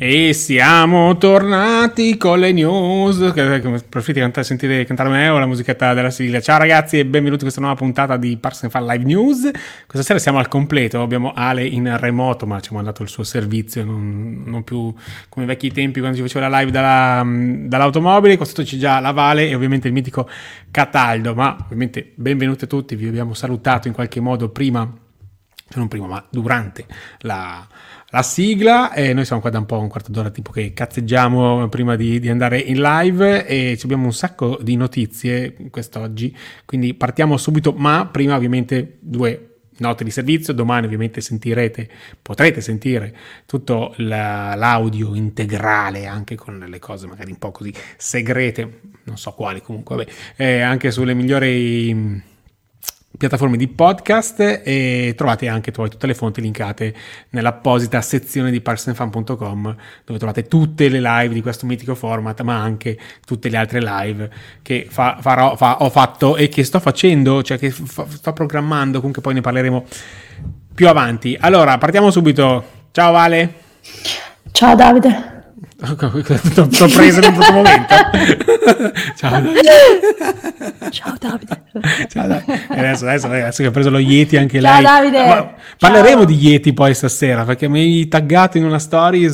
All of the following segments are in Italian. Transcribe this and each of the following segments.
E siamo tornati con le news. Approfitti di sentire cantare me o la musichetta della sigla. Ciao ragazzi e benvenuti a questa nuova puntata di Parks and Fan Live News. Questa sera siamo al completo. Abbiamo Ale in remoto, ma ci ha mandato il suo servizio, non più come ai vecchi tempi quando si faceva la live dall'automobile. Con sotto c'è già la Vale e ovviamente il mitico Cataldo. Ma ovviamente benvenuti a tutti. Vi abbiamo salutato in qualche modo prima, non prima, ma durante la sigla, e noi siamo qua da un po', un quarto d'ora tipo che cazzeggiamo prima di andare in live, e abbiamo un sacco di notizie quest'oggi, quindi partiamo subito, ma prima ovviamente due note di servizio. Domani ovviamente potrete sentire tutto l'audio integrale, anche con le cose magari un po' così segrete, non so quali, comunque vabbè, anche sulle migliori piattaforme di podcast, e trovate anche tutte le fonti linkate nell'apposita sezione di parksandfan.com, dove trovate tutte le live di questo mitico format, ma anche tutte le altre live che ho fatto e che sto facendo, cioè che sto programmando. Comunque poi ne parleremo più avanti. Allora partiamo subito. Ciao Vale. Ciao Davide. T'ho preso in un brutto momento. Ciao Davide. Ciao Davide. Adesso che ho preso lo Yeti anche Ciao lei. Davide. Ma parleremo di Yeti poi stasera, perché mi hai taggato in una stories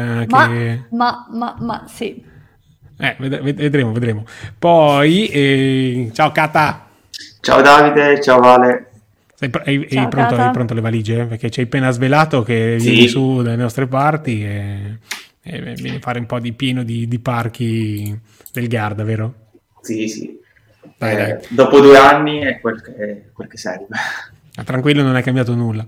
Ma sì. Vedremo. Poi ciao Cata. Ciao Davide, ciao Vale. Hai pronto le valigie? Perché ci hai appena svelato che vieni su dalle nostre parti e vieni a fare un po' di pieno di parchi del Garda, vero? Sì. Dai. Dopo 2 anni è quel che serve. Tranquillo, non è cambiato nulla.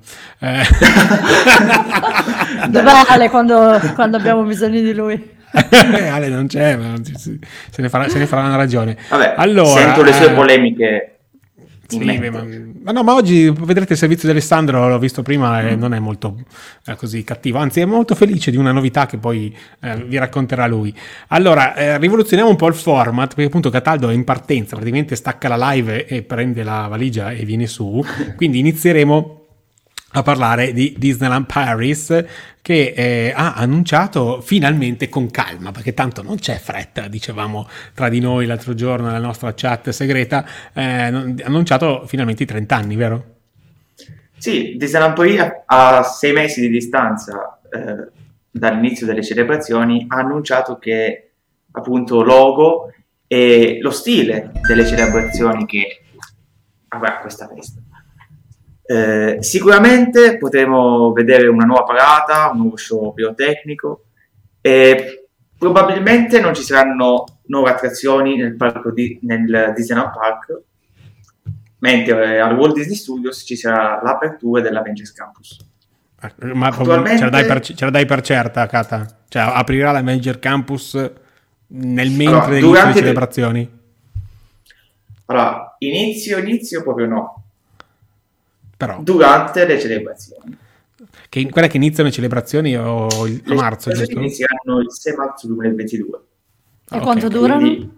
Dov'è Ale quando abbiamo bisogno di lui? Ale non c'è, ma se ne farà una ragione. Vabbè, allora, sento le sue polemiche. Sì, ma oggi vedrete il servizio di Alessandro, l'ho visto prima e non è molto così cattivo, anzi è molto felice di una novità che poi vi racconterà lui. Allora, rivoluzioniamo un po' il format, perché appunto Cataldo è in partenza, praticamente stacca la live e prende la valigia e viene su, quindi inizieremo a parlare di Disneyland Paris, che ha annunciato finalmente con calma, perché tanto non c'è fretta, dicevamo tra di noi l'altro giorno nella nostra chat segreta, ha annunciato finalmente i 30 anni, vero? Sì, Disneyland Paris a 6 mesi di distanza dall'inizio delle celebrazioni ha annunciato che appunto logo e lo stile delle celebrazioni che avrà questa festa. Sicuramente potremo vedere una nuova parata, un nuovo show pirotecnico, e probabilmente non ci saranno nuove attrazioni nel Disneyland Park, mentre al Walt Disney Studios ci sarà l'apertura dell'Avengers Campus. Ma attualmente ce la dai per certa, Cata? Cioè aprirà l'Avengers Campus nel mentre delle celebrazioni? Allora, inizio proprio no. Però durante le celebrazioni, quelle che iniziano le celebrazioni a marzo, giusto? Inizieranno il 6 marzo 2022. E quanto durano? Quindi,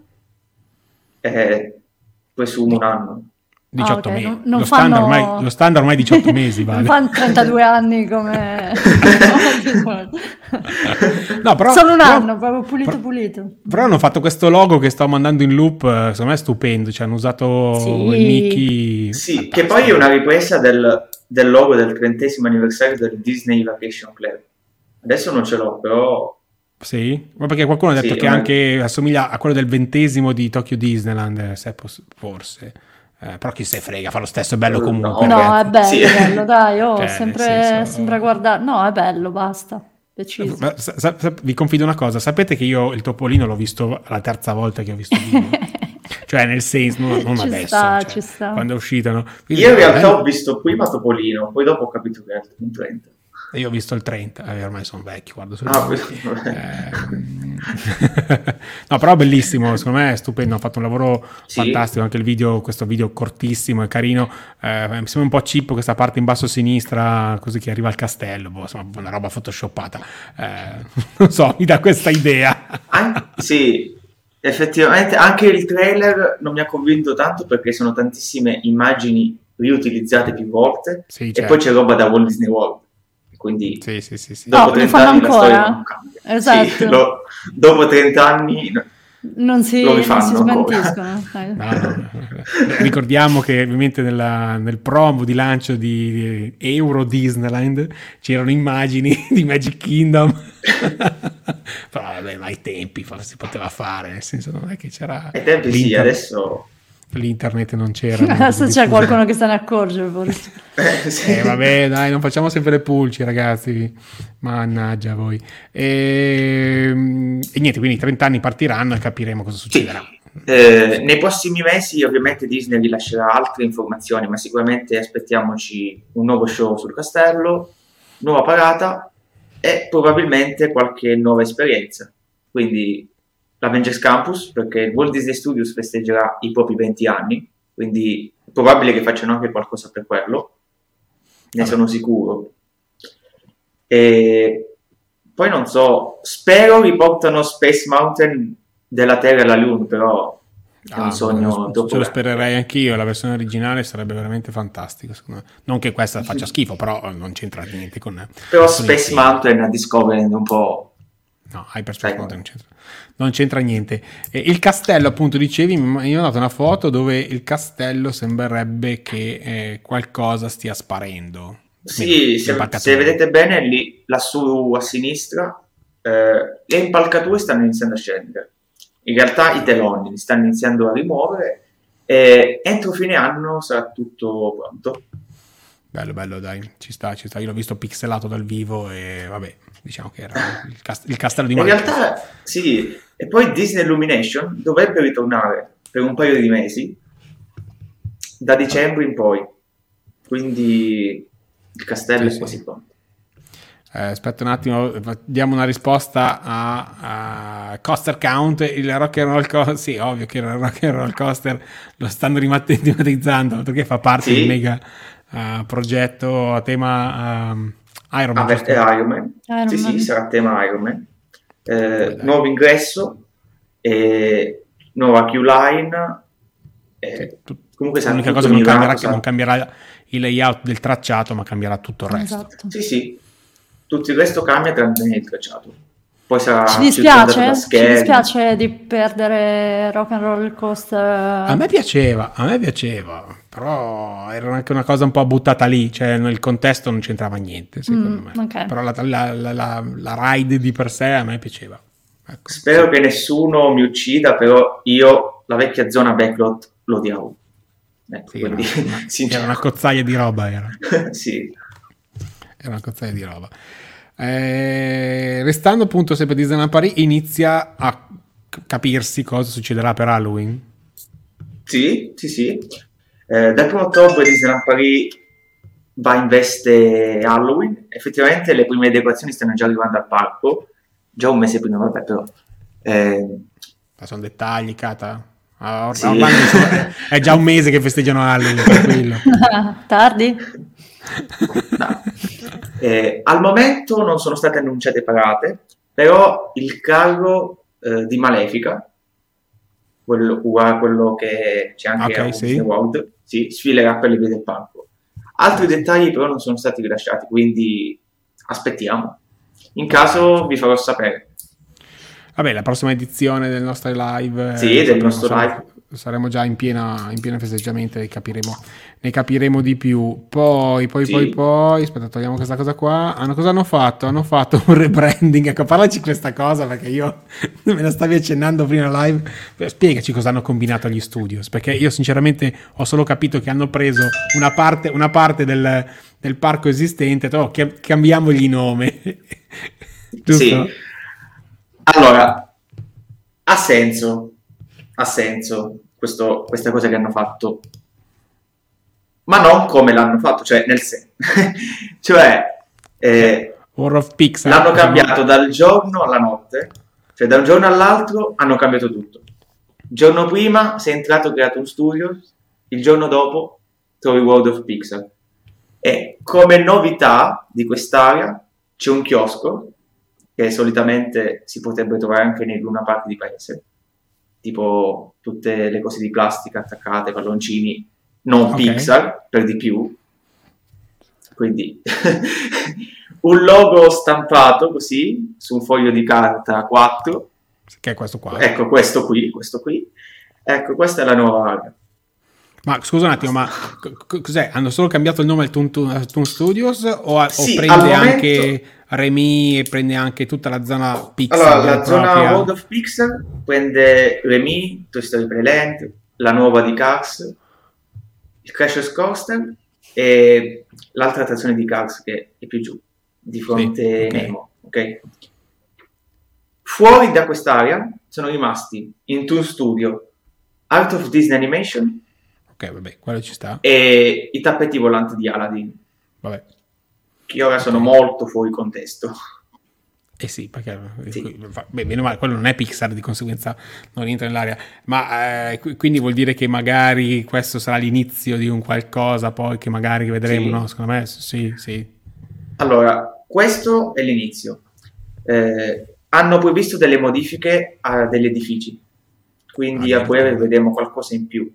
presumo un anno. 18 okay. mesi. Non lo fanno... standard ormai 18 mesi, vale. Non fanno 32 anni come... No, però, solo un anno, proprio pulito. Però hanno fatto questo logo che sto mandando in loop, secondo me è stupendo, cioè hanno usato il Mickey. Sì, che poi è una ripresa del logo del 30° anniversario del Disney Vacation Club. Adesso non ce l'ho, però... Sì? Ma perché qualcuno ha detto che anche assomiglia a quello del 20° di Tokyo Disneyland, forse... però chi se frega, fa lo stesso, è bello comunque. No, è bello, sì. È bello, dai, cioè, sembra guardare. No, è bello, basta. Deciso. Vi confido una cosa, sapete che io il Topolino l'ho visto la terza volta che ho visto il video. Cioè nel senso, non ci adesso, ci sta. quando è uscito, no? Quindi, io in realtà ho visto prima Topolino, poi dopo ho capito che era un 30. Io ho visto il 30, ormai sono vecchio, guardo no, però bellissimo, secondo me è stupendo, ha fatto un lavoro fantastico, anche il video, questo video cortissimo e carino, mi sembra un po' cheap questa parte in basso a sinistra, così che arriva al castello, insomma una roba photoshoppata, non so, mi dà questa idea. Sì, effettivamente anche il trailer non mi ha convinto tanto, perché sono tantissime immagini riutilizzate più volte, sì, e poi c'è roba da Walt Disney World. quindi Sì. dopo lo 30 fanno anni la storia ancora? non cambia. Esatto. Sì, dopo 30 anni Non si lo rifanno ancora. smentiscono. No. Ricordiamo che ovviamente nel promo di lancio di Euro Disneyland c'erano immagini di Magic Kingdom. Però vabbè, ma ai tempi si poteva fare, nel senso non è che c'era Ai tempi sì, adesso l'internet non c'era. Adesso c'è qualcuno che se ne accorge, forse. sì. Vabbè, dai, non facciamo sempre le pulci, ragazzi. Mannaggia voi. E niente, quindi 30 anni partiranno e capiremo cosa succederà. Nei prossimi mesi ovviamente Disney rilascerà altre informazioni, ma sicuramente aspettiamoci un nuovo show sul castello, nuova parata e probabilmente qualche nuova esperienza. Quindi l'Avengers Campus, perché il Walt Disney Studios festeggerà i propri 20 anni, quindi è probabile che facciano anche qualcosa per quello, ne sono sicuro. E poi non so, spero riportano Space Mountain della Terra alla Luna, però è un sogno ce lo spererei anch'io. La versione originale sarebbe veramente fantastica, secondo me. Non che questa faccia schifo, però non c'entra niente con però Space Mountain a Discovery un po'. No, Hyperspace Mountain non c'entra niente. Il castello, appunto, dicevi, io ho dato una foto dove il castello sembrerebbe che qualcosa stia sparendo. Sì, se vedete bene lì, lassù a sinistra, le impalcature stanno iniziando a scendere. In realtà i teloni li stanno iniziando a rimuovere e entro fine anno sarà tutto pronto. Bello, dai, ci sta. Io l'ho visto pixelato dal vivo e vabbè, diciamo che era il castello di Mario. In realtà sì, e poi Disney Illumination dovrebbe ritornare per un paio di mesi, da dicembre in poi, quindi il castello è quasi pronto. Aspetta un attimo, diamo una risposta a Coaster Count. Il Rock and Roll Coaster, sì, ovvio che il Rock and Roll Coaster lo stanno rimaterializzando perché fa parte del mega progetto a tema Iron Man. Iron Man. Sì, sarà tema Iron Man. Nuovo ingresso, nuova Q-Line. Comunque l'unica cosa che non cambierà, che non cambierà il layout del tracciato, ma cambierà tutto il resto. Esatto. Sì. Tutto il resto cambia tranne il tracciato. Poi sarà ci dispiace di perdere Rock and Roll Coaster. A me piaceva, però era anche una cosa un po' buttata lì, cioè nel contesto non c'entrava niente, secondo me. Okay. Però la ride di per sé a me piaceva. Ecco. Spero che nessuno mi uccida, però io la vecchia zona backlot lo odiavo. Ecco, Sì, quindi, era una cozzaia di roba, era. Sì. Era una cozzaia di roba. Restando appunto sempre a Disneyland Paris, inizia a capirsi cosa succederà per Halloween. Sì. Dal 1 ottobre Disneyland Paris va in veste Halloween. Effettivamente le prime decorazioni stanno già arrivando al parco, già un mese prima, vabbè, però. Ma sono dettagli, Cata. Ormai è già un mese che festeggiano Halloween, tranquillo. Tardi? No. Al momento non sono state annunciate parate, però il carro di Malefica, quello che c'è anche a Disney World, sfilerà per le vie del parco. Altri dettagli però non sono stati rilasciati, quindi aspettiamo. In caso vi farò sapere. Vabbè, la prossima edizione del nostro live, del nostro live, saremo già in piena festeggiamento e ne capiremo di più. Poi, aspetta, togliamo questa cosa qua. Cosa hanno fatto? Hanno fatto un rebranding. Ecco, parlaci questa cosa, perché io me la stavi accennando prima live. Spiegaci cosa hanno combinato agli studios, perché io sinceramente ho solo capito che hanno preso una parte del parco esistente, cambiamogli nome. Giusto? Sì. Allora, ha senso questa cosa che hanno fatto, ma non come l'hanno fatto, cioè nel senso, World of Pixar, l'hanno cambiato dal giorno alla notte, cioè da un giorno all'altro hanno cambiato tutto. Il giorno prima sei entrato, creato un studio, il giorno dopo trovi World of Pixar. E come novità di quest'area c'è un chiosco che solitamente si potrebbe trovare anche in una parte di paese, tipo tutte le cose di plastica attaccate, palloncini, non Pixar, per di più. Quindi un logo stampato così su un foglio di carta 4. Che è questo qua. Ecco, questo qui. Ecco, questa è la nuova Agra. Ma scusa un attimo, ma cos'è? Hanno solo cambiato il nome al Toon Studios Sì, o prende al anche momento... Remy e prende anche tutta la zona Pixar? Allora, la zona propria? World of Pixar prende Remy, Toy Story Playland, la nuova di Cars, il Crash Coaster e l'altra attrazione di Cars che è più giù, di fronte ok. Nemo, ok? Fuori da quest'area sono rimasti in Toon Studio Art of Disney Animation Ok, vabbè, quello ci sta. e i tappeti volanti di Aladdin, Vabbè. che ora sono molto fuori contesto. Eh sì, perché Sì. beh, meno male, quello non è Pixar, di conseguenza non rientra nell'area. Ma quindi vuol dire che magari questo sarà l'inizio di un qualcosa poi che magari vedremo, Sì. no? Secondo me sì. Allora, questo è l'inizio. Hanno previsto delle modifiche a degli edifici, quindi a breve vedremo qualcosa in più.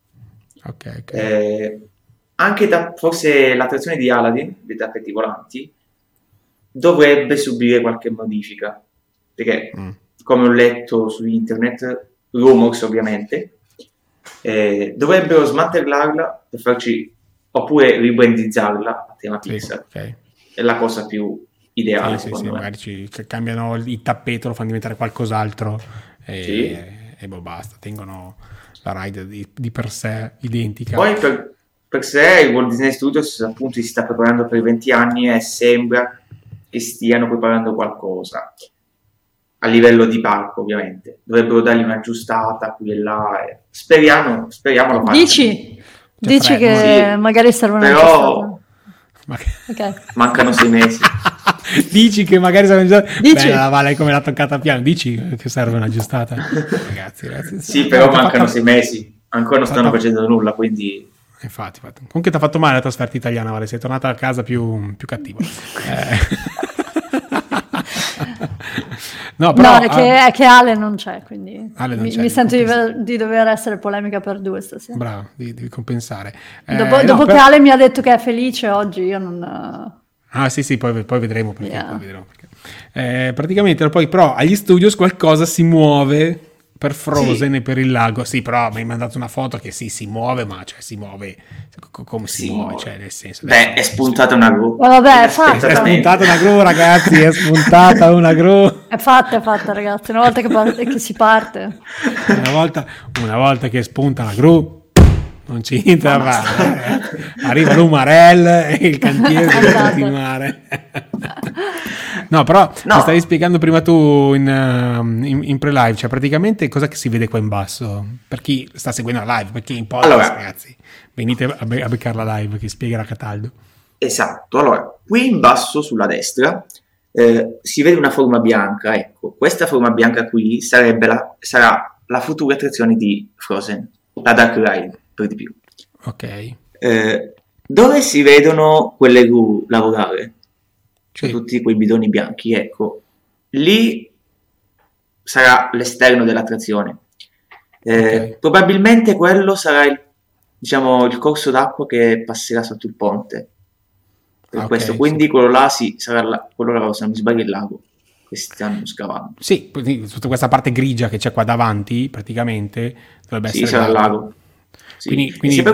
Ok. Anche forse l'attrazione di Aladdin, dei tappeti volanti, dovrebbe subire qualche modifica, perché come ho letto su internet, rumors ovviamente, dovrebbero smantellarla per farci, oppure ribrandizzarla a tema Pixar. Sì, ok. È la cosa più ideale, Sì, secondo me. magari cambiano il tappeto, lo fanno diventare qualcos'altro e boh, basta, tengono la ride di per sé identica. Poi per sé il Walt Disney Studios appunto si sta preparando per 20 anni e sembra che stiano preparando qualcosa a livello di parco, ovviamente. Dovrebbero dargli una giustata qui e là. Speriamo lo facciano. Dici che Sì, magari serve una però Ok. mancano 6 mesi. Dici che magari serve una giustata? Dici? Beh, la Vale come l'ha toccata piano. Dici che serve una giustata? Ragazzi. Sì, però mancano 6 mesi. Ancora non stanno facendo nulla, quindi... Infatti. Comunque ti ha fatto male la trasferta italiana, Vale. Sei tornata a casa più cattiva. No, però, è che Ale non c'è, quindi Ale non c'è, mi sento di dover essere polemica per 2 stasera. Bravo, devi compensare. Dopo che Ale mi ha detto che è felice oggi, io non... Ah sì, poi vedremo perché. Yeah. Poi vedremo perché. Praticamente poi però agli studios qualcosa si muove per Frozen e per il lago. Sì, però mi hai mandato una foto che si muove, ma cioè si muove come si muove, cioè nel senso. Beh, è spuntata una gru. Vabbè, è spuntata una gru, ragazzi, è spuntata una gru. È fatta, ragazzi, una volta che si parte. Una volta che spunta una gru, non ci entra a fare. Arriva l'Umarell e il cantiere deve continuare. No, però mi stavi spiegando prima tu in pre-live, cioè praticamente cosa che si vede qua in basso? Per chi sta seguendo la live, per chi in podcast, ragazzi, venite a beccare la live che spiegherà Cataldo. Esatto, allora, qui in basso sulla destra si vede una forma bianca, ecco, questa forma bianca qui sarà la futura attrazione di Frozen, la Dark Ride, per di più. Ok. Dove si vedono quelle gru lavorare? Cioè tutti quei bidoni bianchi, ecco, lì sarà l'esterno dell'attrazione. Probabilmente quello sarà il corso d'acqua che passerà sotto il ponte. Per questo, quindi quello là sarà quello là, se non mi sbaglio, il lago che stanno scavando. Sì, tutta questa parte grigia che c'è qua davanti, praticamente, dovrebbe essere sarà il lago. Sì. Quindi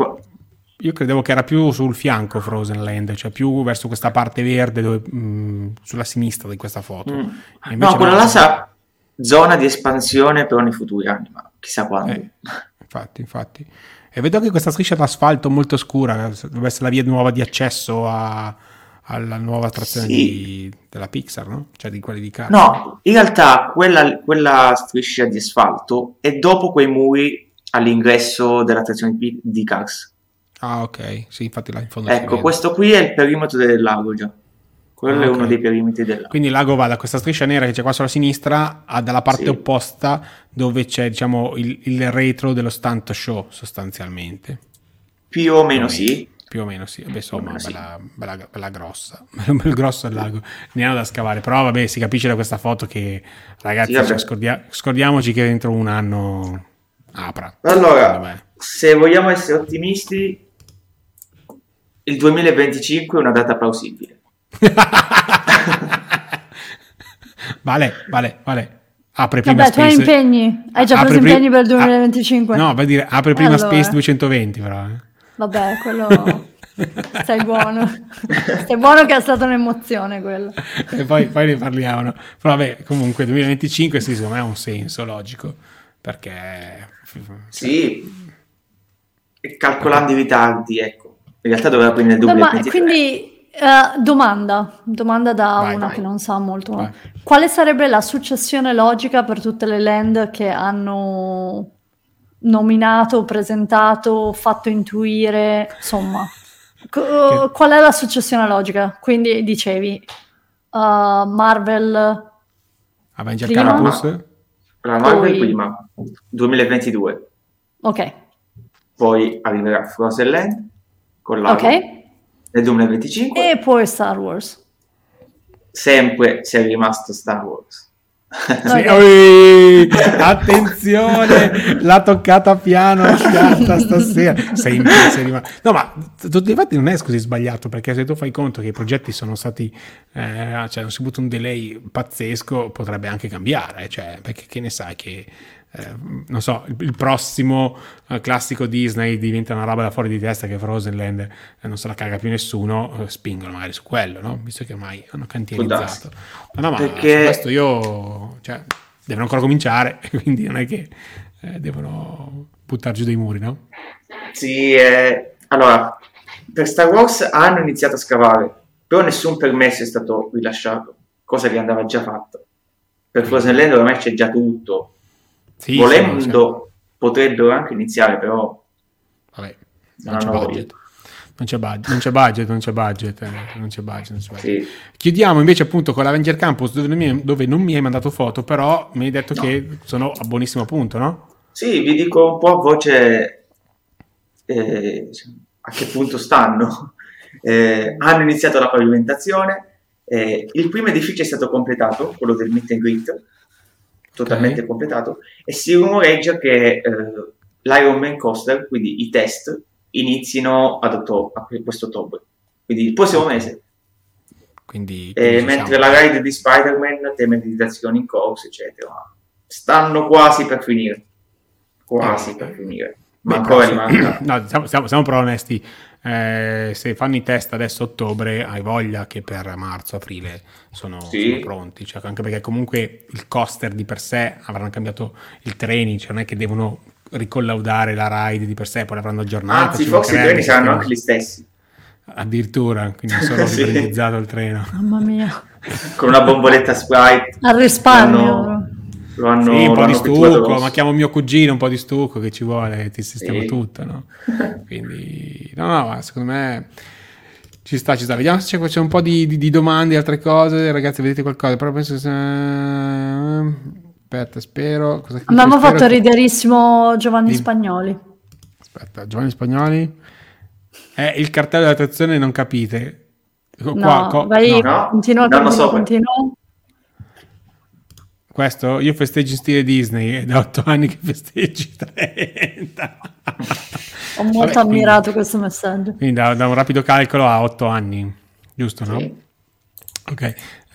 io credevo che era più sul fianco Frozen Land, cioè più verso questa parte verde sulla sinistra di questa foto. No, quella là sarà zona di espansione però nei futuri anni, ma chissà quando. Infatti. E vedo che questa striscia d'asfalto molto scura dovrebbe essere la via nuova di accesso alla nuova attrazione della Pixar, no? Cioè di quelli di Cars. No, in realtà quella striscia di asfalto è dopo quei muri all'ingresso dell'attrazione di Cars. Ah, ok. Sì, infatti là in fondo ecco, questo qui è il perimetro del lago già. Quello è uno dei perimetri del lago. Quindi il lago va da questa striscia nera che c'è qua sulla sinistra dalla parte opposta dove c'è, diciamo, il retro dello stunt show, sostanzialmente. Più o meno sì. Più o meno sì. Vabbè, insomma, bella grossa. Bel grosso il lago. Ne hanno da scavare. Però vabbè, si capisce da questa foto che, ragazzi, scordiamoci che dentro un anno apra. Allora, se vogliamo essere ottimisti, il 2025 è una data plausibile. Vale. Apre prima Vabbè, tu hai Space. impegni? Hai già Apre preso impegni per il 2025? No, va a dire apre prima Allora. Space 220 però. Vabbè, quello... Stai buono. Stai buono che è stata un'emozione quello. E poi ne parliamo. No? Però vabbè, comunque 2025 sì, secondo me ha un senso logico, perché... Sì, e calcolando i ritardi, ecco. In realtà doveva prendere il Beh, ma 2023. quindi domanda da Vai, uno vai. che non sa molto. Vai. Quale sarebbe la successione logica per tutte le land che hanno nominato, presentato, fatto intuire, insomma? Qual è la successione logica? Quindi dicevi Marvel Avenger prima? Campus? La Marvel Poi- prima, 2022. Ok, Poi arriverà Frozen Land con l'Ago ok. nel 2025. E poi Star Wars. Sempre si è rimasto Star Wars. Sì, Ok. ui, attenzione, l'ha toccata piano la scarta stasera. Sei rimasto. No, ma infatti non è così sbagliato, perché se tu fai conto che i progetti sono stati, cioè hanno subito un delay pazzesco, potrebbe anche cambiare, cioè, perché che ne sai che non so, il prossimo classico Disney diventa una roba da fuori di testa, che Frozen Land non se la caga più nessuno, spingono magari su quello, no? Visto che ormai hanno cantierizzato. Ma Perché- su questo io, cioè, devono ancora cominciare, quindi non è che devono buttare giù dei muri, no? Sì, allora, per Star Wars hanno iniziato a scavare, però nessun permesso è stato rilasciato, cosa che andava già fatta. Per Frozen Land ormai c'è già tutto. Sì, Volendo, potrebbero anche iniziare, però vabbè, non non c'è hanno budget. Non c'è budget. Sì. Chiudiamo invece appunto con l'Avenger Campus, dove non mi hai mandato foto, però mi hai detto che sono a buonissimo punto, no? Sì, vi dico un po' a voce a che punto stanno. Hanno iniziato la pavimentazione, il primo edificio è stato completato, quello del meet and greet, totalmente Ok. completato, e si rumoreggia che l'Iron Man Coaster, quindi i test, inizino a questo ottobre, quindi il prossimo mese. Quindi Mentre la ride di Spider-Man, tematizzazioni in corso, eccetera, stanno quasi per finire. Per finire. Ma Beh, ancora però, rimane. no, siamo però onesti. Se fanno i test adesso a ottobre, hai voglia che per marzo-aprile sono pronti, cioè, anche perché comunque il coaster di per sé avranno cambiato il training, cioè non è che devono ricollaudare la ride di per sé, poi l'avranno aggiornata. Anzi, forse i treni saranno anche gli stessi. Addirittura, quindi solo Sì. ribrandizzato il treno. Mamma mia. Con una bomboletta Sprite. Al risparmio. Lo hanno, sì, un po' di piturato stucco, rosso. ma chiamo mio cugino, un po' di stucco che ci vuole, ti sistema Sì. tutto, no? Quindi, no, secondo me ci sta. Vediamo se c'è un po' di domande, altre cose, ragazzi, vedete qualcosa, però penso che aspetta, spero. Abbiamo fatto riderissimo Giovanni Spagnoli. Aspetta, Giovanni Spagnoli? Il cartello dell'attrazione non capite. No, vai, no, continua. Questo? Io festeggio in stile Disney, è da 8 anni che festeggi 30. Ho molto ammirato questo messaggio. Quindi da un rapido calcolo a 8 anni, giusto, no? Sì. Ok.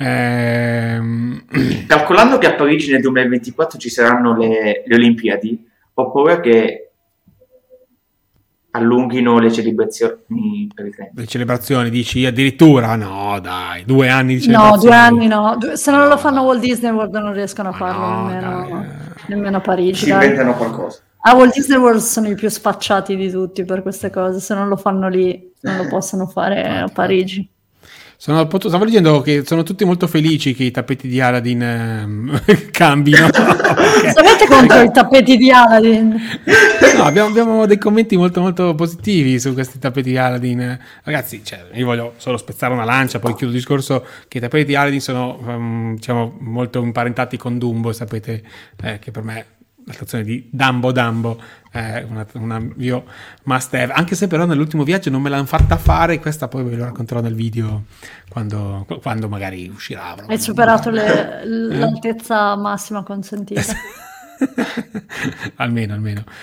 Calcolando che a Parigi nel 2024 ci saranno le Olimpiadi, ho paura che allunghino le celebrazioni per i treni. Le celebrazioni, dici addirittura? No, dai, 2 anni di No, celebrazioni. 2 anni no. Se non lo fanno Walt Disney World non riescono a farlo no, nemmeno a Parigi. Si inventano qualcosa. A Walt Disney World sono i più spacciati di tutti per queste cose. Se non lo fanno lì, non lo possono fare a Parigi. Stavo dicendo che sono tutti molto felici che i tappeti di Aladdin cambino. Sapete contro i tappeti di Aladdin? No, abbiamo dei commenti molto molto positivi su questi tappeti di Aladdin. Ragazzi, io voglio solo spezzare una lancia, poi chiudo il discorso che i tappeti di Aladdin sono diciamo molto imparentati con Dumbo, sapete che per me l'attrazione di Dumbo è una mio must have, anche se però nell'ultimo viaggio non me l'hanno fatta fare, questa poi ve lo racconterò nel video quando magari uscirà. Hai superato l'altezza massima consentita. almeno.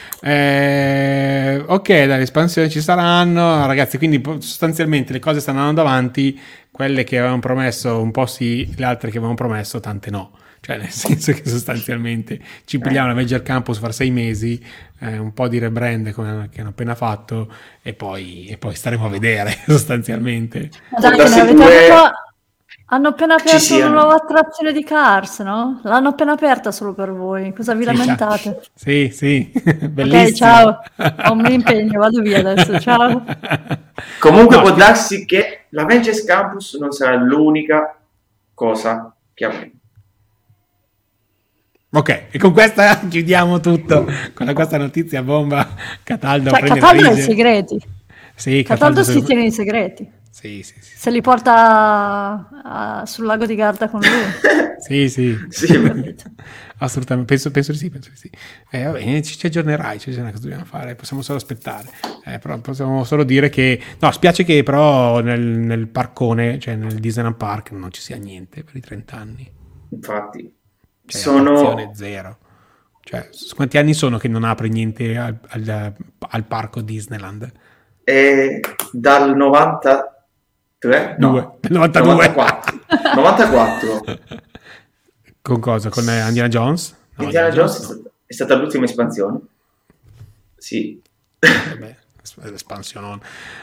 Ok, dalle espansioni ci saranno, ragazzi, quindi sostanzialmente le cose stanno andando avanti, quelle che avevamo promesso un po' sì, le altre che avevamo promesso tante no. Cioè, nel senso che sostanzialmente ci pigliamo la Major Campus fra 6 mesi, un po' di rebrand che hanno appena fatto, e poi staremo a vedere sostanzialmente. Ma dai, che ne avete avuto... Hanno appena aperto una nuova attrazione di Cars, no? L'hanno appena aperta solo per voi. Cosa vi lamentate? Sì, bellissimo. Ok, ciao. Ho un impegno, vado via adesso. Ciao. Comunque può darsi che la Avengers Campus non sarà l'unica cosa che avremo. Ok, e con questa chiudiamo tutto. Con questa notizia bomba, Cataldo prende Cataldo ha i segreti. Sì, Cataldo si tiene i segreti. Sì. Se li porta sul lago di Garda con lui. Sì. Assolutamente, penso di sì. Va bene, ci aggiornerai, cosa dobbiamo fare, possiamo solo aspettare. Però possiamo solo dire che, no, spiace che però nel parcone, cioè nel Disneyland Park, non ci sia niente per i 30 anni. Infatti. Cioè, sono zero. Cioè, quanti anni sono che non apre niente al parco Disneyland? Dal 93? No, 92. 94. Con cosa? Con Indiana Jones? No, Indiana Jones è stata l'ultima espansione. Sì. Vabbè, espansione.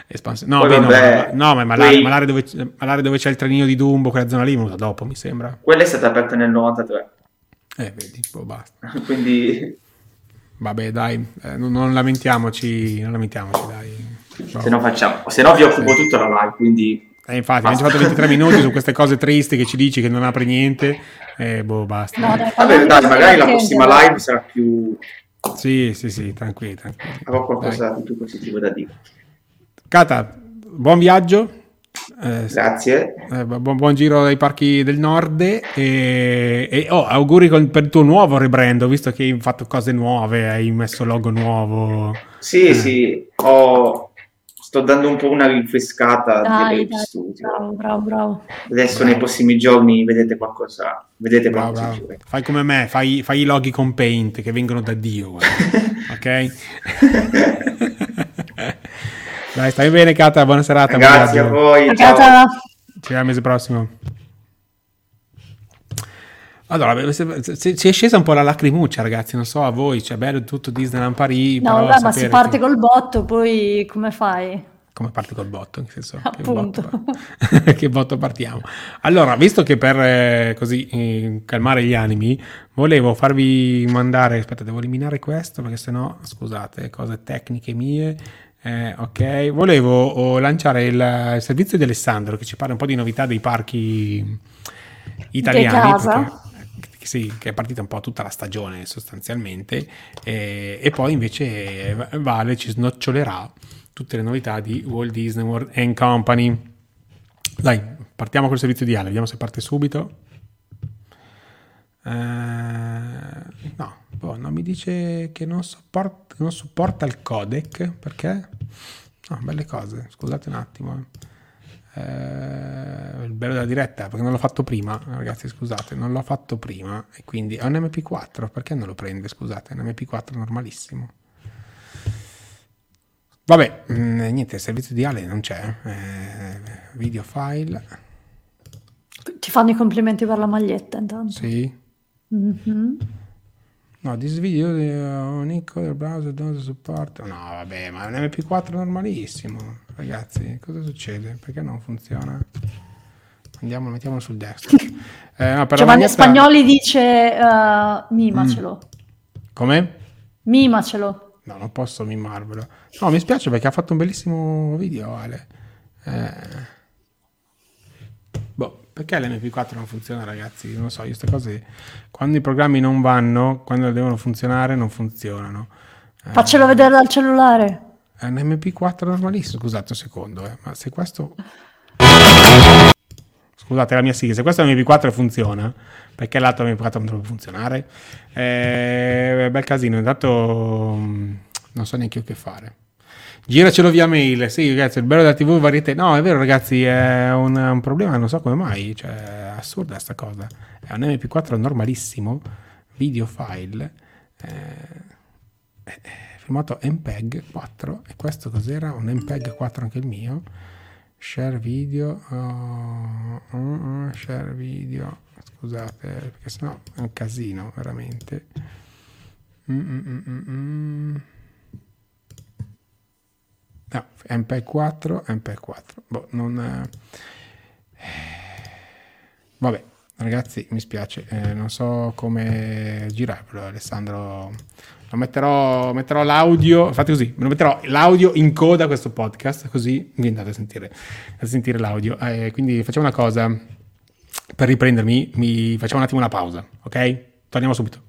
Ma l'area dove c'è il trenino di Dumbo, quella zona lì, venuta dopo, mi sembra. Quella è stata aperta nel 93. Vedi, basta. Quindi vabbè, dai, non lamentiamoci, dai. Se no vi occupo tutta la live, quindi infatti abbiamo fatto 23 minuti su queste cose tristi che ci dici che non apre niente, basta. No, vabbè, dai, magari la prossima live sarà più... Sì, tranquilli. Avrò qualcosa di più positivo da dire. Cata, buon viaggio. Grazie. Buon giro ai parchi del nord e auguri per il tuo nuovo rebrand, visto che hai fatto cose nuove, hai messo logo nuovo. Sì, sto dando un po' una rinfrescata dai, bravo. Adesso nei prossimi giorni vedete qualcosa. Bravo. Fai come me, fai i loghi con Paint che vengono da Dio, ok? Dai, stai bene, Cata, buona serata. Grazie a voi. Ciao. Ci vediamo il mese prossimo. Allora, si è scesa un po' la lacrimuccia, ragazzi, non so a voi, cioè bello tutto Disneyland Paris. No, vabbè, ma si parte col botto, poi come fai? Come parti col botto? In che senso? Appunto. Che botto partiamo? Allora, visto che per così calmare gli animi, volevo farvi mandare, aspetta, devo eliminare questo perché sennò, scusate, cose tecniche mie. Ok, volevo lanciare il servizio di Alessandro che ci parla un po' di novità dei parchi italiani. Sì, che è partita un po' tutta la stagione sostanzialmente, e poi invece Vale ci snocciolerà tutte le novità di Walt Disney World and Company. Dai, partiamo col servizio di Ale, vediamo se parte subito. Non mi dice che non supporta il codec, perché? No, belle cose, scusate un attimo. Il bello della diretta, perché non l'ho fatto prima, ragazzi, scusate, non l'ho fatto prima, e quindi è un MP4, perché non lo prende, scusate, è un MP4 normalissimo. Vabbè, niente, il servizio di Ale non c'è, video file. Ti fanno i complimenti per la maglietta intanto. Sì. Mm-hmm. No, this video unico del browser don't support. No, vabbè, ma è un MP4 normalissimo, ragazzi. Cosa succede? Perché non funziona? Mettiamolo sul desktop. No, per Giovanni Spagnoli dice mimacelo. Come? Mimacelo. No, non posso mimarvelo. No, mi spiace perché ha fatto un bellissimo video, Ale. Perché l'MP4 non funziona, ragazzi? Non lo so, io queste cose, quando i programmi non vanno, quando devono funzionare, non funzionano. Faccelo vedere dal cellulare. È un MP4 normalissimo, scusate un secondo, ma se questo... Scusate, la mia sigla, se questo è un MP4 funziona, perché l'altro MP4 non dovrebbe funzionare? Bel casino, intanto non so neanche io che fare. Giracelo via mail, sì ragazzi, il bello della TV varietà, no è vero ragazzi, è un problema, non so come mai, cioè è assurda sta cosa, è un MP4 normalissimo, video file, Filmato MPEG 4. E questo cos'era? Un MPEG 4 anche il mio. Share video. Share video. Scusate, perché sennò è un casino, veramente. No, MPEG 4. Boh, non... Vabbè, ragazzi, mi spiace. Non so come girarlo, Alessandro. Metterò l'audio, fate così, me lo metterò l'audio in coda a questo podcast, così vi andate a sentire l'audio. Quindi facciamo una cosa, per riprendermi, facciamo un attimo una pausa, ok? Torniamo subito.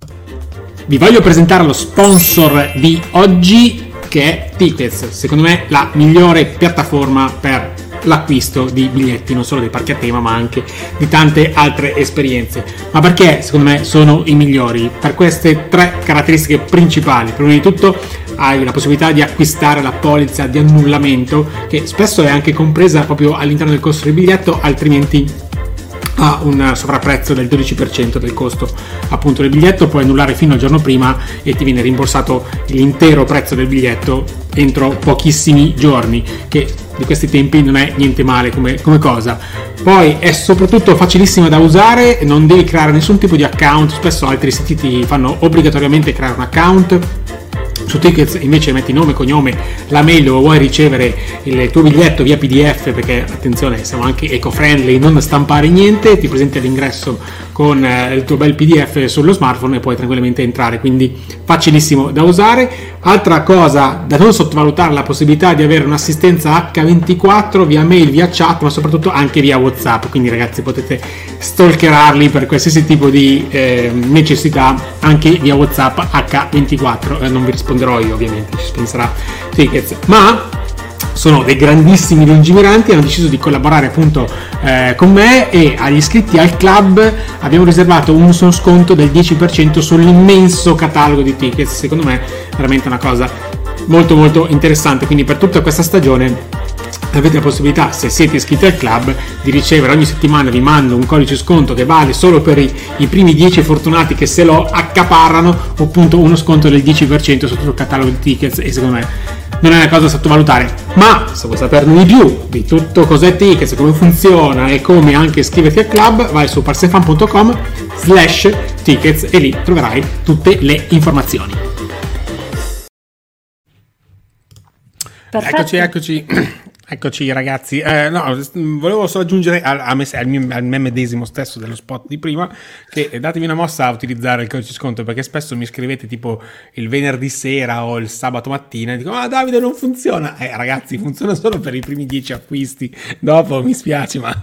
Vi voglio presentare lo sponsor di oggi, che è Tickets, secondo me la migliore piattaforma per l'acquisto di biglietti, non solo dei parchi a tema ma anche di tante altre esperienze. Ma perché secondo me sono i migliori? Per queste 3 caratteristiche principali. Prima di tutto hai la possibilità di acquistare la polizza di annullamento, che spesso è anche compresa proprio all'interno del costo del biglietto, altrimenti ha un sovrapprezzo del 12% del costo appunto del biglietto. Puoi annullare fino al giorno prima e ti viene rimborsato l'intero prezzo del biglietto entro pochissimi giorni, che di questi tempi non è niente male come cosa. Poi è soprattutto facilissima da usare, non devi creare nessun tipo di account. Spesso altri siti ti fanno obbligatoriamente creare un account. Su Tickets invece metti nome, cognome, la mail dove vuoi ricevere il tuo biglietto via PDF, perché attenzione, siamo anche eco-friendly, non stampare niente, ti presenti all'ingresso con il tuo bel PDF sullo smartphone e puoi tranquillamente entrare, quindi facilissimo da usare. Altra cosa da non sottovalutare, la possibilità di avere un'assistenza H24 via mail, via chat, ma soprattutto anche via WhatsApp, quindi ragazzi potete stalkerarli per qualsiasi tipo di necessità anche via WhatsApp H24. Non vi risponderò io, ovviamente, ci penserà Tickets, ma sono dei grandissimi lungimiranti, hanno deciso di collaborare appunto con me, e agli iscritti al club abbiamo riservato un sconto del 10% sull'immenso catalogo di Tickets. Secondo me veramente una cosa molto molto interessante, quindi per tutta questa stagione avete la possibilità, se siete iscritti al club, di ricevere ogni settimana, vi mando un codice sconto che vale solo per i primi 10 fortunati che se lo accaparrano, appunto uno sconto del 10% su tutto il catalogo di Tickets, e secondo me non è una cosa da sottovalutare. Ma se vuoi saperne di più di tutto cos'è Tickets, come funziona e come anche iscriverti al club, vai su parsefan.com/tickets e lì troverai tutte le informazioni. Perfetto. Eccoci ragazzi, no, volevo solo aggiungere al me medesimo stesso dello spot di prima, che datevi una mossa a utilizzare il codice sconto, perché spesso mi scrivete tipo il venerdì sera o il sabato mattina e dico Davide non funziona. Ragazzi, funziona solo per i primi 10 acquisti, dopo mi spiace ma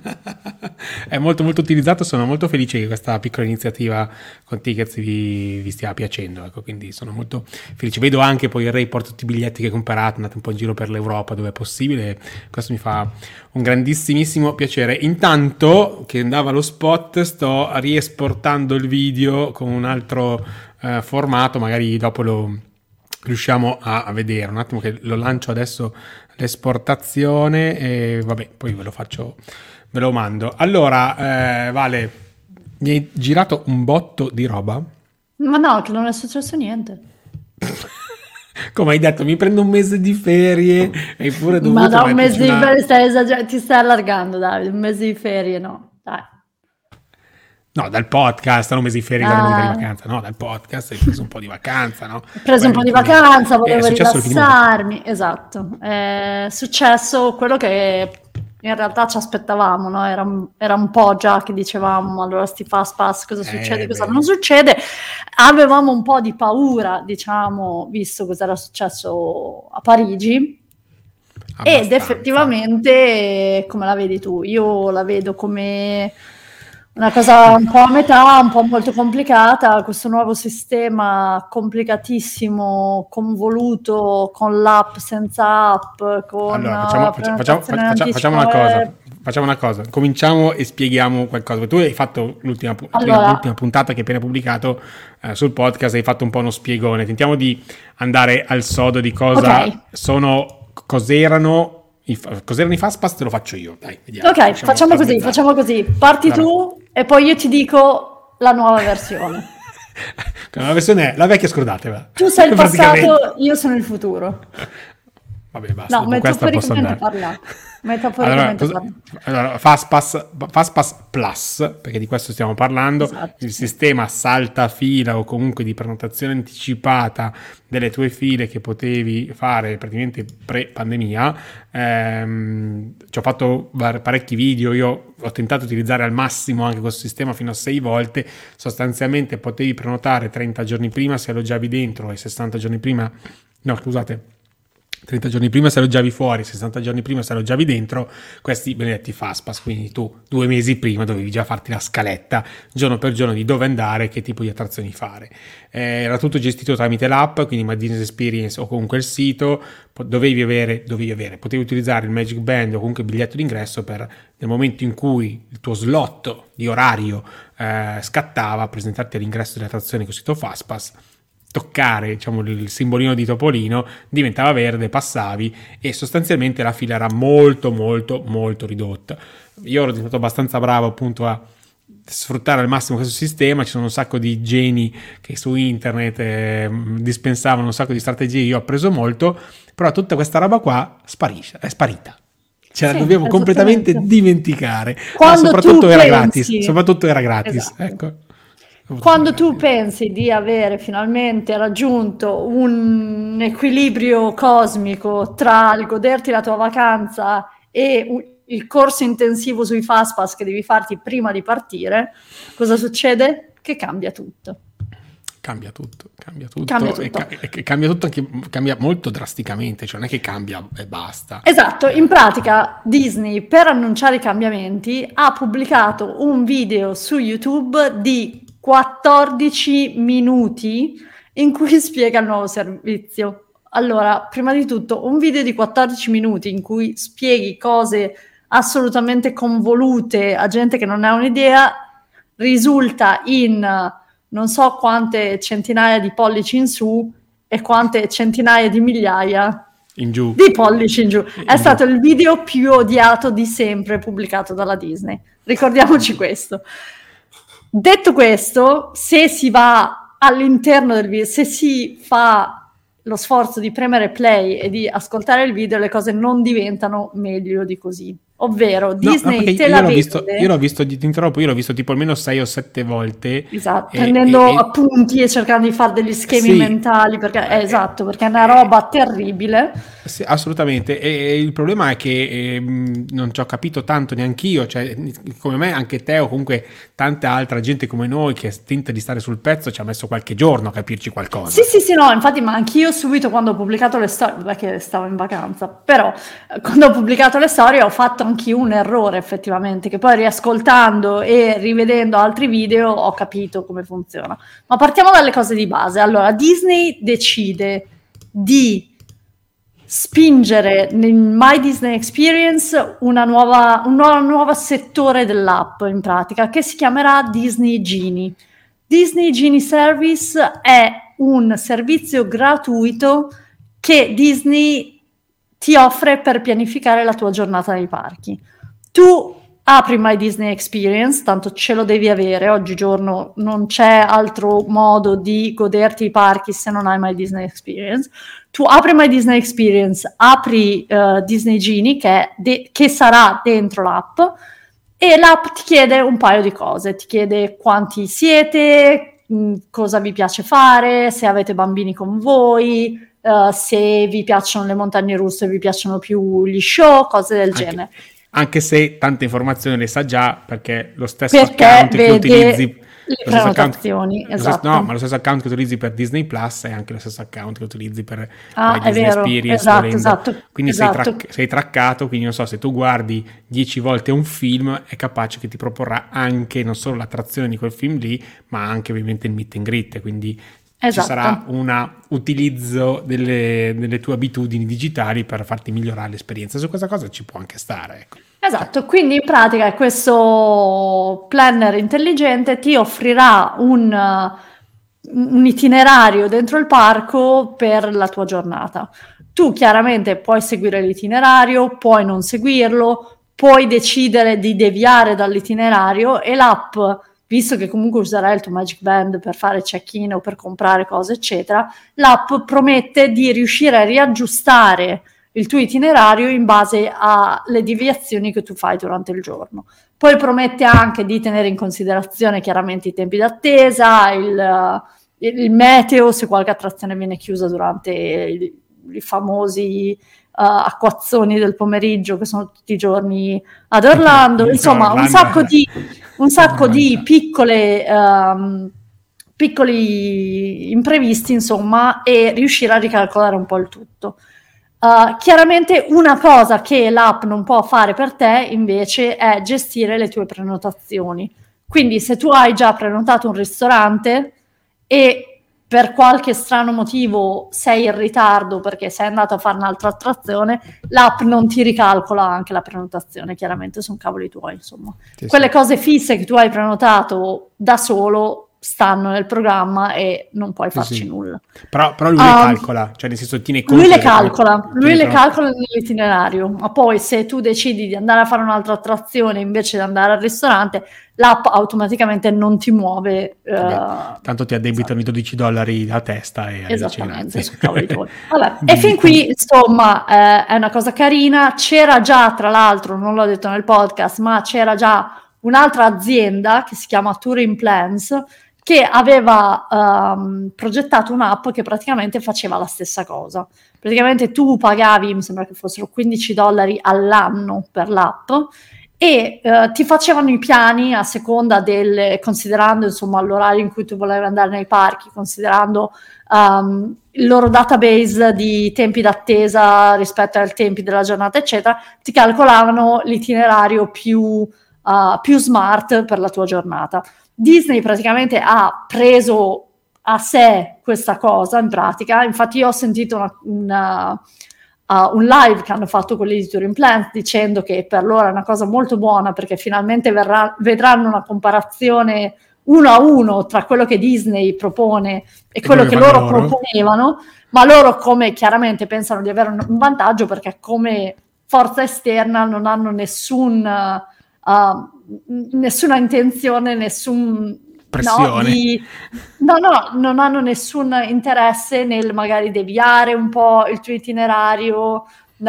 è molto molto utilizzato. Sono molto felice che questa piccola iniziativa con Tickets vi stia piacendo, ecco, quindi sono molto felice. Vedo anche poi il report, tutti i biglietti che comprate, andate un po' in giro per l'Europa dove è possibile. Questo mi fa un grandissimissimo piacere. Intanto che andava lo spot, sto riesportando il video con un altro formato, magari dopo lo riusciamo a vedere. Un attimo che lo lancio adesso l'esportazione e vabbè, poi ve lo mando. Allora, Vale, mi hai girato un botto di roba? Ma no, che non è successo niente. Come hai detto, mi prendo un mese di ferie e pure dovuto. Ma da un mese di ferie stai esagerando, ti stai allargando, Davide. Un mese di ferie, no, dai. No, dal podcast, non un mese di ferie, di vacanza, no, dal podcast hai preso un po' di vacanza, no? Ho preso un po' di vacanza, volevo rilassarmi, esatto. È successo quello che in realtà ci aspettavamo, no? Era un po' già che dicevamo, allora sti fast pass, cosa succede, cosa non succede. Avevamo un po' di paura, diciamo, visto cosa era successo a Parigi. Abbastanza. Ed effettivamente, come la vedi tu? Io la vedo come una cosa un po' a metà, un po' molto complicata, questo nuovo sistema complicatissimo, convoluto, con l'app, senza app, con... Allora, facciamo una cosa, cominciamo e spieghiamo qualcosa. Tu hai fatto l'ultima puntata che hai appena pubblicato sul podcast, hai fatto un po' uno spiegone. Tentiamo di andare al sodo di cosa cos'erano i fast pass, te lo faccio io. Dai, vediamo. Ok, facciamo così. Parti tu e poi io ti dico la nuova versione. La vecchia, scusatela. Tu sei il passato, io sono il futuro. Vabbè, basta. No, metaforicamente parlato. Allora, Fastpass Plus, perché di questo stiamo parlando, esatto. Il sistema salta fila o comunque di prenotazione anticipata delle tue file che potevi fare praticamente pre-pandemia. Ci ho fatto parecchi video, io ho tentato di utilizzare al massimo anche questo sistema fino a 6 volte. Sostanzialmente potevi prenotare 30 giorni prima se alloggiavi dentro e 60 giorni prima, no scusate, 30 giorni prima se alloggiavi fuori, 60 giorni prima se alloggiavi dentro, questi benedetti Fastpass, quindi tu 2 mesi prima dovevi già farti la scaletta giorno per giorno di dove andare, che tipo di attrazioni fare. Era tutto gestito tramite l'app, quindi My Disney Experience o comunque il sito, potevi utilizzare il Magic Band o comunque il biglietto d'ingresso per nel momento in cui il tuo slot di orario scattava, presentarti all'ingresso delle attrazioni con il sito Fastpass, toccare il simbolino di Topolino, diventava verde, passavi e sostanzialmente la fila era molto molto molto ridotta. Io ero diventato abbastanza bravo appunto a sfruttare al massimo questo sistema. Ci sono un sacco di geni che su internet dispensavano un sacco di strategie, io ho appreso molto, però tutta questa roba qua è sparita. La dobbiamo completamente dimenticare. Soprattutto era gratis. Esatto. Ecco. Quando tu pensi di avere finalmente raggiunto un equilibrio cosmico tra il goderti la tua vacanza e il corso intensivo sui Fastpass che devi farti prima di partire, cosa succede? Che cambia tutto. Cambia tutto. E cambia tutto, anche cambia molto drasticamente, cioè non è che cambia e basta. Esatto, in pratica Disney, per annunciare i cambiamenti, ha pubblicato un video su YouTube di 14 minuti in cui spiega il nuovo servizio. Allora, prima di tutto, un video di 14 minuti in cui spieghi cose assolutamente convolute a gente che non ha un'idea risulta in non so quante centinaia di pollici in su e quante centinaia di migliaia in giù. Di pollici in giù. È stato il video più odiato di sempre pubblicato dalla Disney. Ricordiamoci questo. Detto questo, se si va all'interno del video, se si fa lo sforzo di premere play e di ascoltare il video, le cose non diventano meglio di così. Ovvero, Disney te la vende. Io l'ho visto tipo almeno 6 o 7 volte. Esatto, prendendo appunti e cercando di fare degli schemi mentali, perché perché è una roba terribile. Sì, assolutamente. E il problema è che non ci ho capito tanto neanch'io, cioè come me, anche te o comunque tanta altra gente come noi che tenta di stare sul pezzo ci ha messo qualche giorno a capirci qualcosa. Sì, no, infatti, ma anch'io subito quando ho pubblicato le storie, perché stavo in vacanza, però quando ho pubblicato le storie ho fatto anch'io un errore effettivamente, che poi riascoltando e rivedendo altri video ho capito come funziona. Ma partiamo dalle cose di base. Allora, Disney decide di spingere nel My Disney Experience un nuovo settore dell'app, in pratica, che si chiamerà Disney Genie. Disney Genie Service è un servizio gratuito che Disney ti offre per pianificare la tua giornata nei parchi. Tu apri My Disney Experience, tanto ce lo devi avere, oggigiorno non c'è altro modo di goderti i parchi se non hai My Disney Experience. Tu apri My Disney Experience, apri Disney Genie che sarà dentro l'app, e l'app ti chiede un paio di cose, ti chiede quanti siete, cosa vi piace fare, se avete bambini con voi, se vi piacciono le montagne russe, vi piacciono più gli show, cose del genere. Anche se tante informazioni le sa già, perché lo stesso account che utilizzi, le prenotazioni, esatto. No, ma lo stesso account che utilizzi per Disney Plus è anche lo stesso account che utilizzi per Disney vero, Experience. Esatto. Quindi sei traccato, quindi non so, se tu guardi 10 volte un film è capace che ti proporrà anche non solo l'attrazione di quel film lì, ma anche ovviamente il meet and greet, quindi ci sarà un utilizzo delle tue abitudini digitali per farti migliorare l'esperienza. Su questa cosa ci può anche stare, ecco. Esatto, quindi in pratica questo planner intelligente ti offrirà un itinerario dentro il parco per la tua giornata. Tu chiaramente puoi seguire l'itinerario, puoi non seguirlo, puoi decidere di deviare dall'itinerario e l'app visto che comunque userai il tuo Magic Band per fare check-in o per comprare cose, eccetera, l'app promette di riuscire a riaggiustare il tuo itinerario in base alle deviazioni che tu fai durante il giorno. Poi promette anche di tenere in considerazione chiaramente i tempi d'attesa, il meteo, se qualche attrazione viene chiusa durante i famosi acquazzoni del pomeriggio, che sono tutti i giorni ad Orlando. Insomma, un sacco di piccoli imprevisti, insomma, e riuscire a ricalcolare un po' il tutto. Chiaramente una cosa che l'app non può fare per te invece è gestire le tue prenotazioni. Quindi se tu hai già prenotato un ristorante e per qualche strano motivo sei in ritardo perché sei andato a fare un'altra attrazione, l'app non ti ricalcola anche la prenotazione, chiaramente sono cavoli tuoi, insomma. Sì, quelle cose fisse che tu hai prenotato da solo stanno nel programma e non puoi farci nulla. Però lui le calcola, cioè nel senso tiene conto. Lui le calcola nell'itinerario, ma poi se tu decidi di andare a fare un'altra attrazione invece di andare al ristorante, l'app automaticamente non ti muove. Tanto ti addebitano i $12 a testa e esattamente. Vabbè, e fin qui insomma è una cosa carina. C'era già, tra l'altro, non l'ho detto nel podcast, ma c'era già un'altra azienda che si chiama Touring Plans che aveva progettato un'app che praticamente faceva la stessa cosa. Praticamente tu pagavi, mi sembra che fossero $15 all'anno per l'app, e ti facevano i piani a seconda considerando insomma l'orario in cui tu volevi andare nei parchi, considerando il loro database di tempi d'attesa rispetto ai tempi della giornata, eccetera, ti calcolavano l'itinerario più smart per la tua giornata. Disney praticamente ha preso a sé questa cosa in pratica. Infatti io ho sentito un live che hanno fatto con l'editor in Plans dicendo che per loro è una cosa molto buona perché finalmente vedranno una comparazione 1 a 1 tra quello che Disney propone e quello che loro proponevano, ma loro come chiaramente pensano di avere un vantaggio perché come forza esterna non hanno nessuna intenzione, pressione. Non hanno nessun interesse nel magari deviare un po' il tuo itinerario,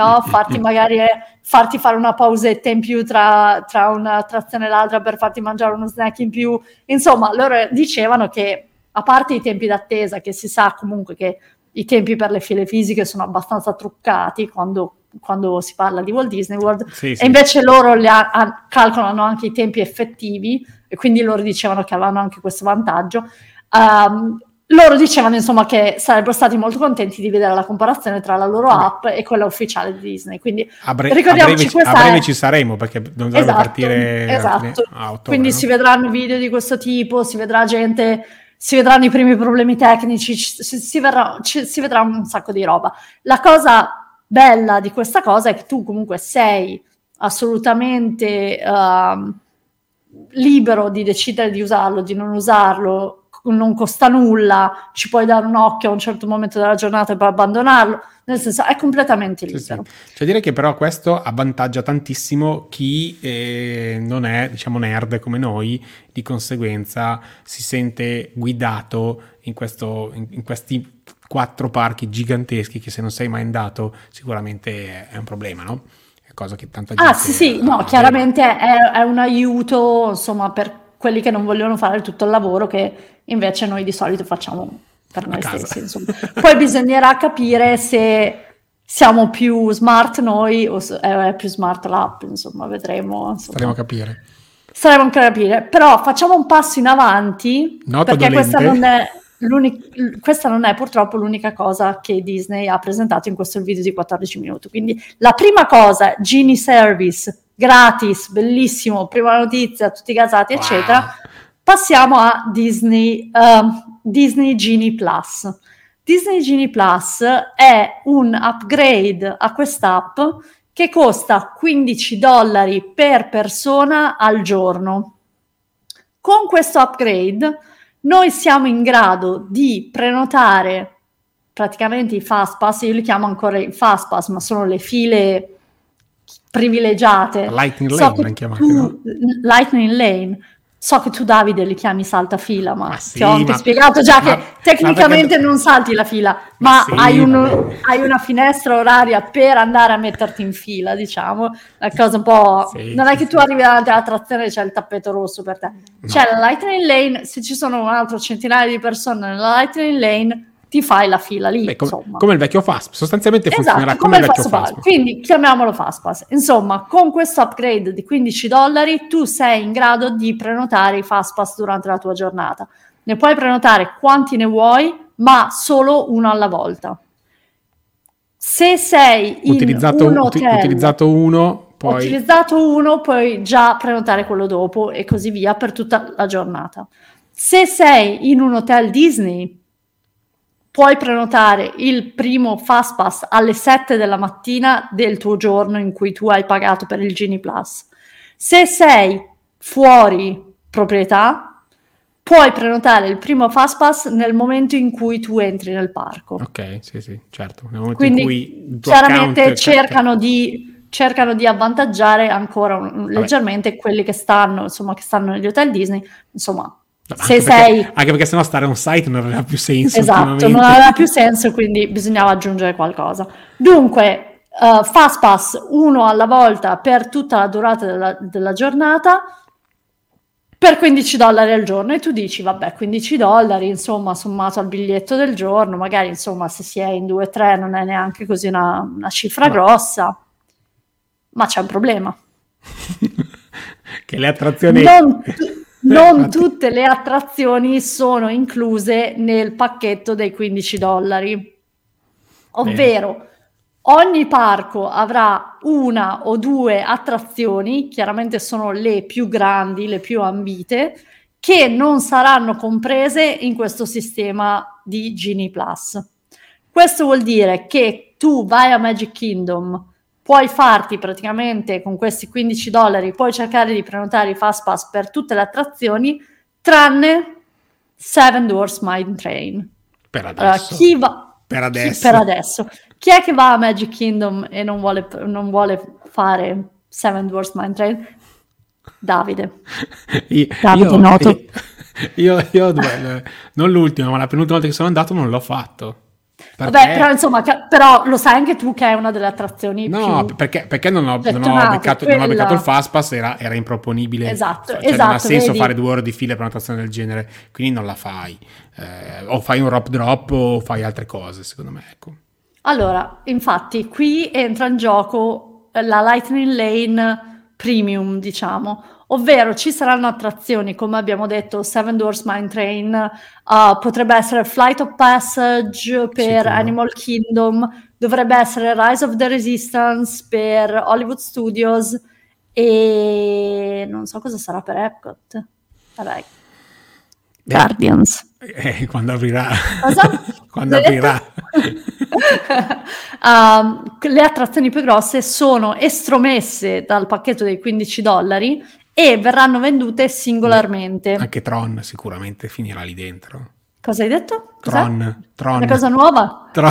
farti fare una pausetta in più tra un'attrazione e l'altra per farti mangiare uno snack in più. Insomma, loro dicevano che a parte i tempi d'attesa, che si sa comunque che i tempi per le file fisiche sono abbastanza truccati quando si parla di Walt Disney World, e invece loro calcolano anche i tempi effettivi, e quindi loro dicevano che avevano anche questo vantaggio. Loro dicevano insomma che sarebbero stati molto contenti di vedere la comparazione tra la loro app e quella ufficiale di Disney, quindi ricordiamoci a breve ci saremo perché non dovrebbe partire a ottobre, quindi si vedranno video di questo tipo, si vedranno i primi problemi tecnici, si vedrà un sacco di roba. La cosa bella di questa cosa è che tu comunque sei assolutamente libero di decidere di usarlo, di non usarlo, non costa nulla, ci puoi dare un occhio a un certo momento della giornata e poi abbandonarlo, nel senso è completamente libero. Cioè dire che però questo avvantaggia tantissimo chi non è, diciamo, nerd come noi, di conseguenza si sente guidato in questi 4 parchi giganteschi che se non sei mai andato sicuramente è un problema, no? È cosa che tanta gente chiaramente è un aiuto insomma per quelli che non vogliono fare tutto il lavoro che invece noi di solito facciamo per noi stessi, insomma. Poi bisognerà capire se siamo più smart noi o è più smart l'app, insomma, vedremo. Insomma. Staremo a capire. Però facciamo un passo in avanti, perché questa non è purtroppo l'unica cosa che Disney ha presentato in questo video di 14 minuti. Quindi la prima cosa, Genie Service, gratis, bellissimo, prima notizia, tutti gasati, eccetera. Passiamo a Disney Genie Plus. Disney Genie Plus è un upgrade a quest'app che costa $15 per persona al giorno. Con questo upgrade noi siamo in grado di prenotare praticamente i Fast Pass, io li chiamo ancora i Fast Pass, ma sono le file privilegiate. Lightning Lane, Lightning Lane. So che tu, Davide, li chiami saltafila, ma sì, ti ho anche spiegato già che tecnicamente perché... non salti la fila, ma sì, hai una finestra oraria per andare a metterti in fila, diciamo. La cosa un po'... Sì, non sì, è che sì. tu arrivi davanti all'attrazione e c'è il tappeto rosso per te. No. C'è la Lightning Lane, se ci sono un altro centinaio di persone nella Lightning Lane, ti fai la fila lì, insomma. Come il vecchio Fastpass, sostanzialmente funzionerà Esatto, come il vecchio Fastpass. Quindi chiamiamolo Fastpass. Insomma, con questo upgrade di $15 tu sei in grado di prenotare i Fastpass durante la tua giornata. Ne puoi prenotare quanti ne vuoi, ma solo uno alla volta. Se sei in un hotel, utilizzato uno, puoi già prenotare quello dopo e così via per tutta la giornata. Se sei in un hotel Disney, puoi prenotare il primo Fastpass alle 7 della mattina del tuo giorno in cui tu hai pagato per il Genie Plus. Se sei fuori proprietà, puoi prenotare il primo Fastpass nel momento in cui tu entri nel parco. Ok, sì, certo. Nel momento quindi in cui chiaramente cercano di avvantaggiare ancora leggermente quelli che stanno negli hotel Disney, insomma. Anche perché sennò stare on site non aveva più senso. Esatto, non aveva più senso, quindi bisognava aggiungere qualcosa. Dunque, Fastpass uno alla volta per tutta la durata della giornata per $15 al giorno, e tu dici vabbè, $15, insomma, sommato al biglietto del giorno, magari insomma se si è in 2 o 3 non è neanche così una cifra grossa, ma c'è un problema. Che le attrazioni... Non tutte le attrazioni sono incluse nel pacchetto dei $15, ovvero ogni parco avrà 1 o 2 attrazioni, chiaramente sono le più grandi, le più ambite, che non saranno comprese in questo sistema di Genie Plus. Questo vuol dire che tu vai a Magic Kingdom, puoi farti praticamente con questi $15, puoi cercare di prenotare i Fastpass per tutte le attrazioni, tranne Seven Dwarfs Mine Train. Per adesso. Per adesso. Chi è che va a Magic Kingdom e non vuole fare Seven Dwarfs Mine Train? Davide. Davide Noto. Io non l'ultima, ma la penultima volta che sono andato non l'ho fatto. Vabbè, però insomma, però lo sai anche tu che è una delle attrazioni più perché non ho beccato il Fastpass, era improponibile. Esatto, non ha senso fare 2 ore di fila per un'attrazione del genere, quindi non la fai. O fai un rope drop o fai altre cose, secondo me, ecco. Allora, infatti, qui entra in gioco la Lightning Lane Premium, diciamo, ovvero ci saranno attrazioni, come abbiamo detto, Seven Dwarfs Mine Train, potrebbe essere Flight of Passage per Animal Kingdom, dovrebbe essere Rise of the Resistance per Hollywood Studios e non so cosa sarà per Epcot. Vabbè. Guardians. Quando aprirà. Cosa? Quando aprirà. Le attrazioni più grosse sono estromesse dal pacchetto dei $15 e verranno vendute singolarmente. Anche Tron sicuramente finirà lì dentro. Cosa hai detto? Tron. Una cosa nuova? Tron.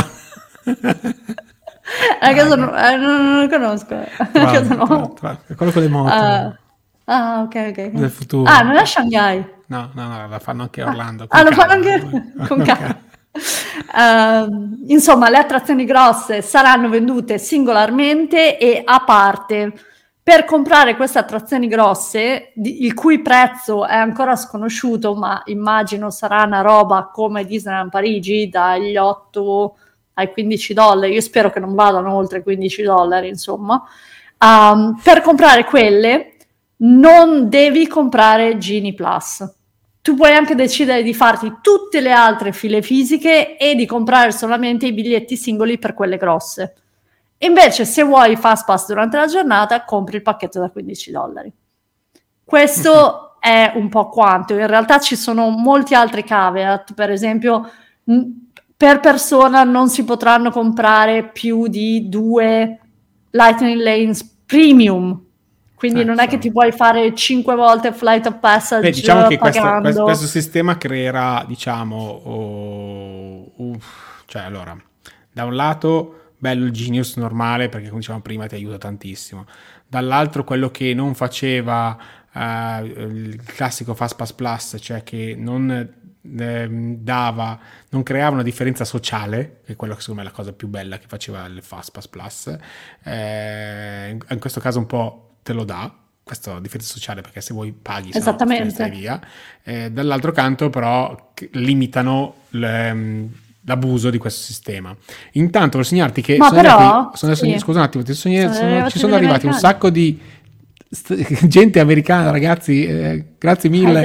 Non conosco. Una cosa nuova. Tron. È quello con le moto. Ok. Del futuro. Non è Shanghai. No, la fanno anche Orlando. Lo fanno anche con calma. Insomma, le attrazioni grosse saranno vendute singolarmente e a parte. Per comprare queste attrazioni grosse, il cui prezzo è ancora sconosciuto, ma immagino sarà una roba come Disneyland Parigi, dagli 8 ai $15, io spero che non vadano oltre $15, insomma. Per comprare quelle non devi comprare Genie Plus. Tu puoi anche decidere di farti tutte le altre file fisiche e di comprare solamente i biglietti singoli per quelle grosse. Invece, se vuoi Fastpass durante la giornata, compri il pacchetto da $15. Questo è un po' quanto. In realtà ci sono molti altri caveat. Per esempio, per persona non si potranno comprare più di 2 Lightning Lanes Premium. Quindi non è che ti puoi fare 5 volte Flight of Passage. Diciamo che questo sistema creerà, diciamo, cioè allora, da un lato bello il Genius normale perché come dicevamo prima ti aiuta tantissimo, dall'altro quello che non faceva il classico FastPass Plus, cioè che non creava una differenza sociale, che è quello che secondo me è la cosa più bella che faceva il FastPass Plus. In questo caso un po' te lo dà questa differenza sociale, perché se vuoi paghi, se no stai via. Dall'altro canto però limitano l'abuso di questo sistema. Intanto voglio segnarti che scusa un attimo, ci sono arrivati un sacco di gente americana, ragazzi, grazie mille.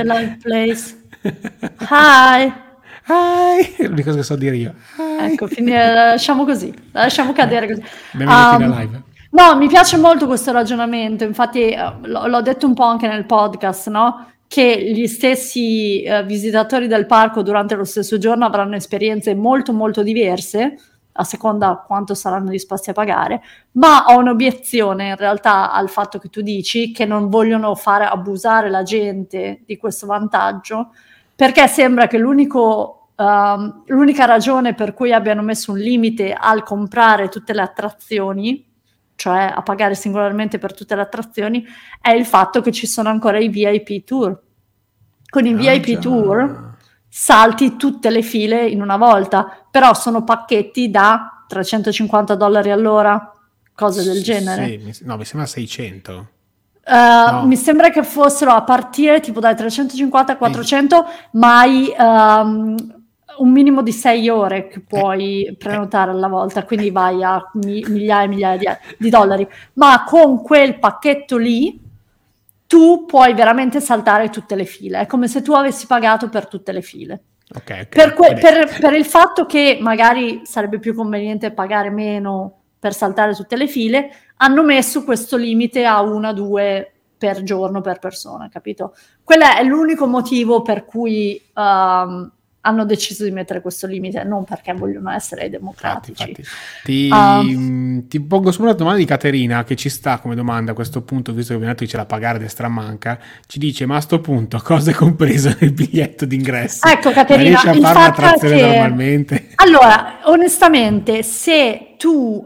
Hi. È l'unica cosa che so dire io. Hi. Ecco, lasciamo così, la lasciamo cadere così. Benvenuti alla live. No, mi piace molto questo ragionamento, infatti l'ho detto un po' anche nel podcast, no? Che gli stessi visitatori del parco durante lo stesso giorno avranno esperienze molto molto diverse, a seconda quanto saranno disposti a pagare, ma ho un'obiezione in realtà al fatto che tu dici che non vogliono fare abusare la gente di questo vantaggio, perché sembra che l'unica ragione per cui abbiano messo un limite al comprare tutte le attrazioni, cioè a pagare singolarmente per tutte le attrazioni, è il fatto che ci sono ancora i VIP Tour. Con i VIP Tour salti tutte le file in una volta, però sono pacchetti da $350 all'ora, cose del genere. Mi sembra 600. No. Mi sembra che fossero a partire tipo dai 350 a 400, ma hai un minimo di 6 ore che puoi prenotare alla volta, quindi vai a migliaia e migliaia di dollari, ma con quel pacchetto lì tu puoi veramente saltare tutte le file, è come se tu avessi pagato per tutte le file. Per il fatto che magari sarebbe più conveniente pagare meno per saltare tutte le file, hanno messo questo limite a 1-2 per giorno per persona, capito? Quello è l'unico motivo per cui hanno deciso di mettere questo limite, non perché vogliono essere democratici. Infatti. Ti pongo su una domanda di Caterina, che ci sta come domanda a questo punto, visto che abbiamo detto che c'è la pagare destra manca, ci dice: ma a sto punto cosa è compreso nel biglietto d'ingresso? Ecco Caterina, riesci a fare un'attrazione normalmente? Allora, onestamente, se tu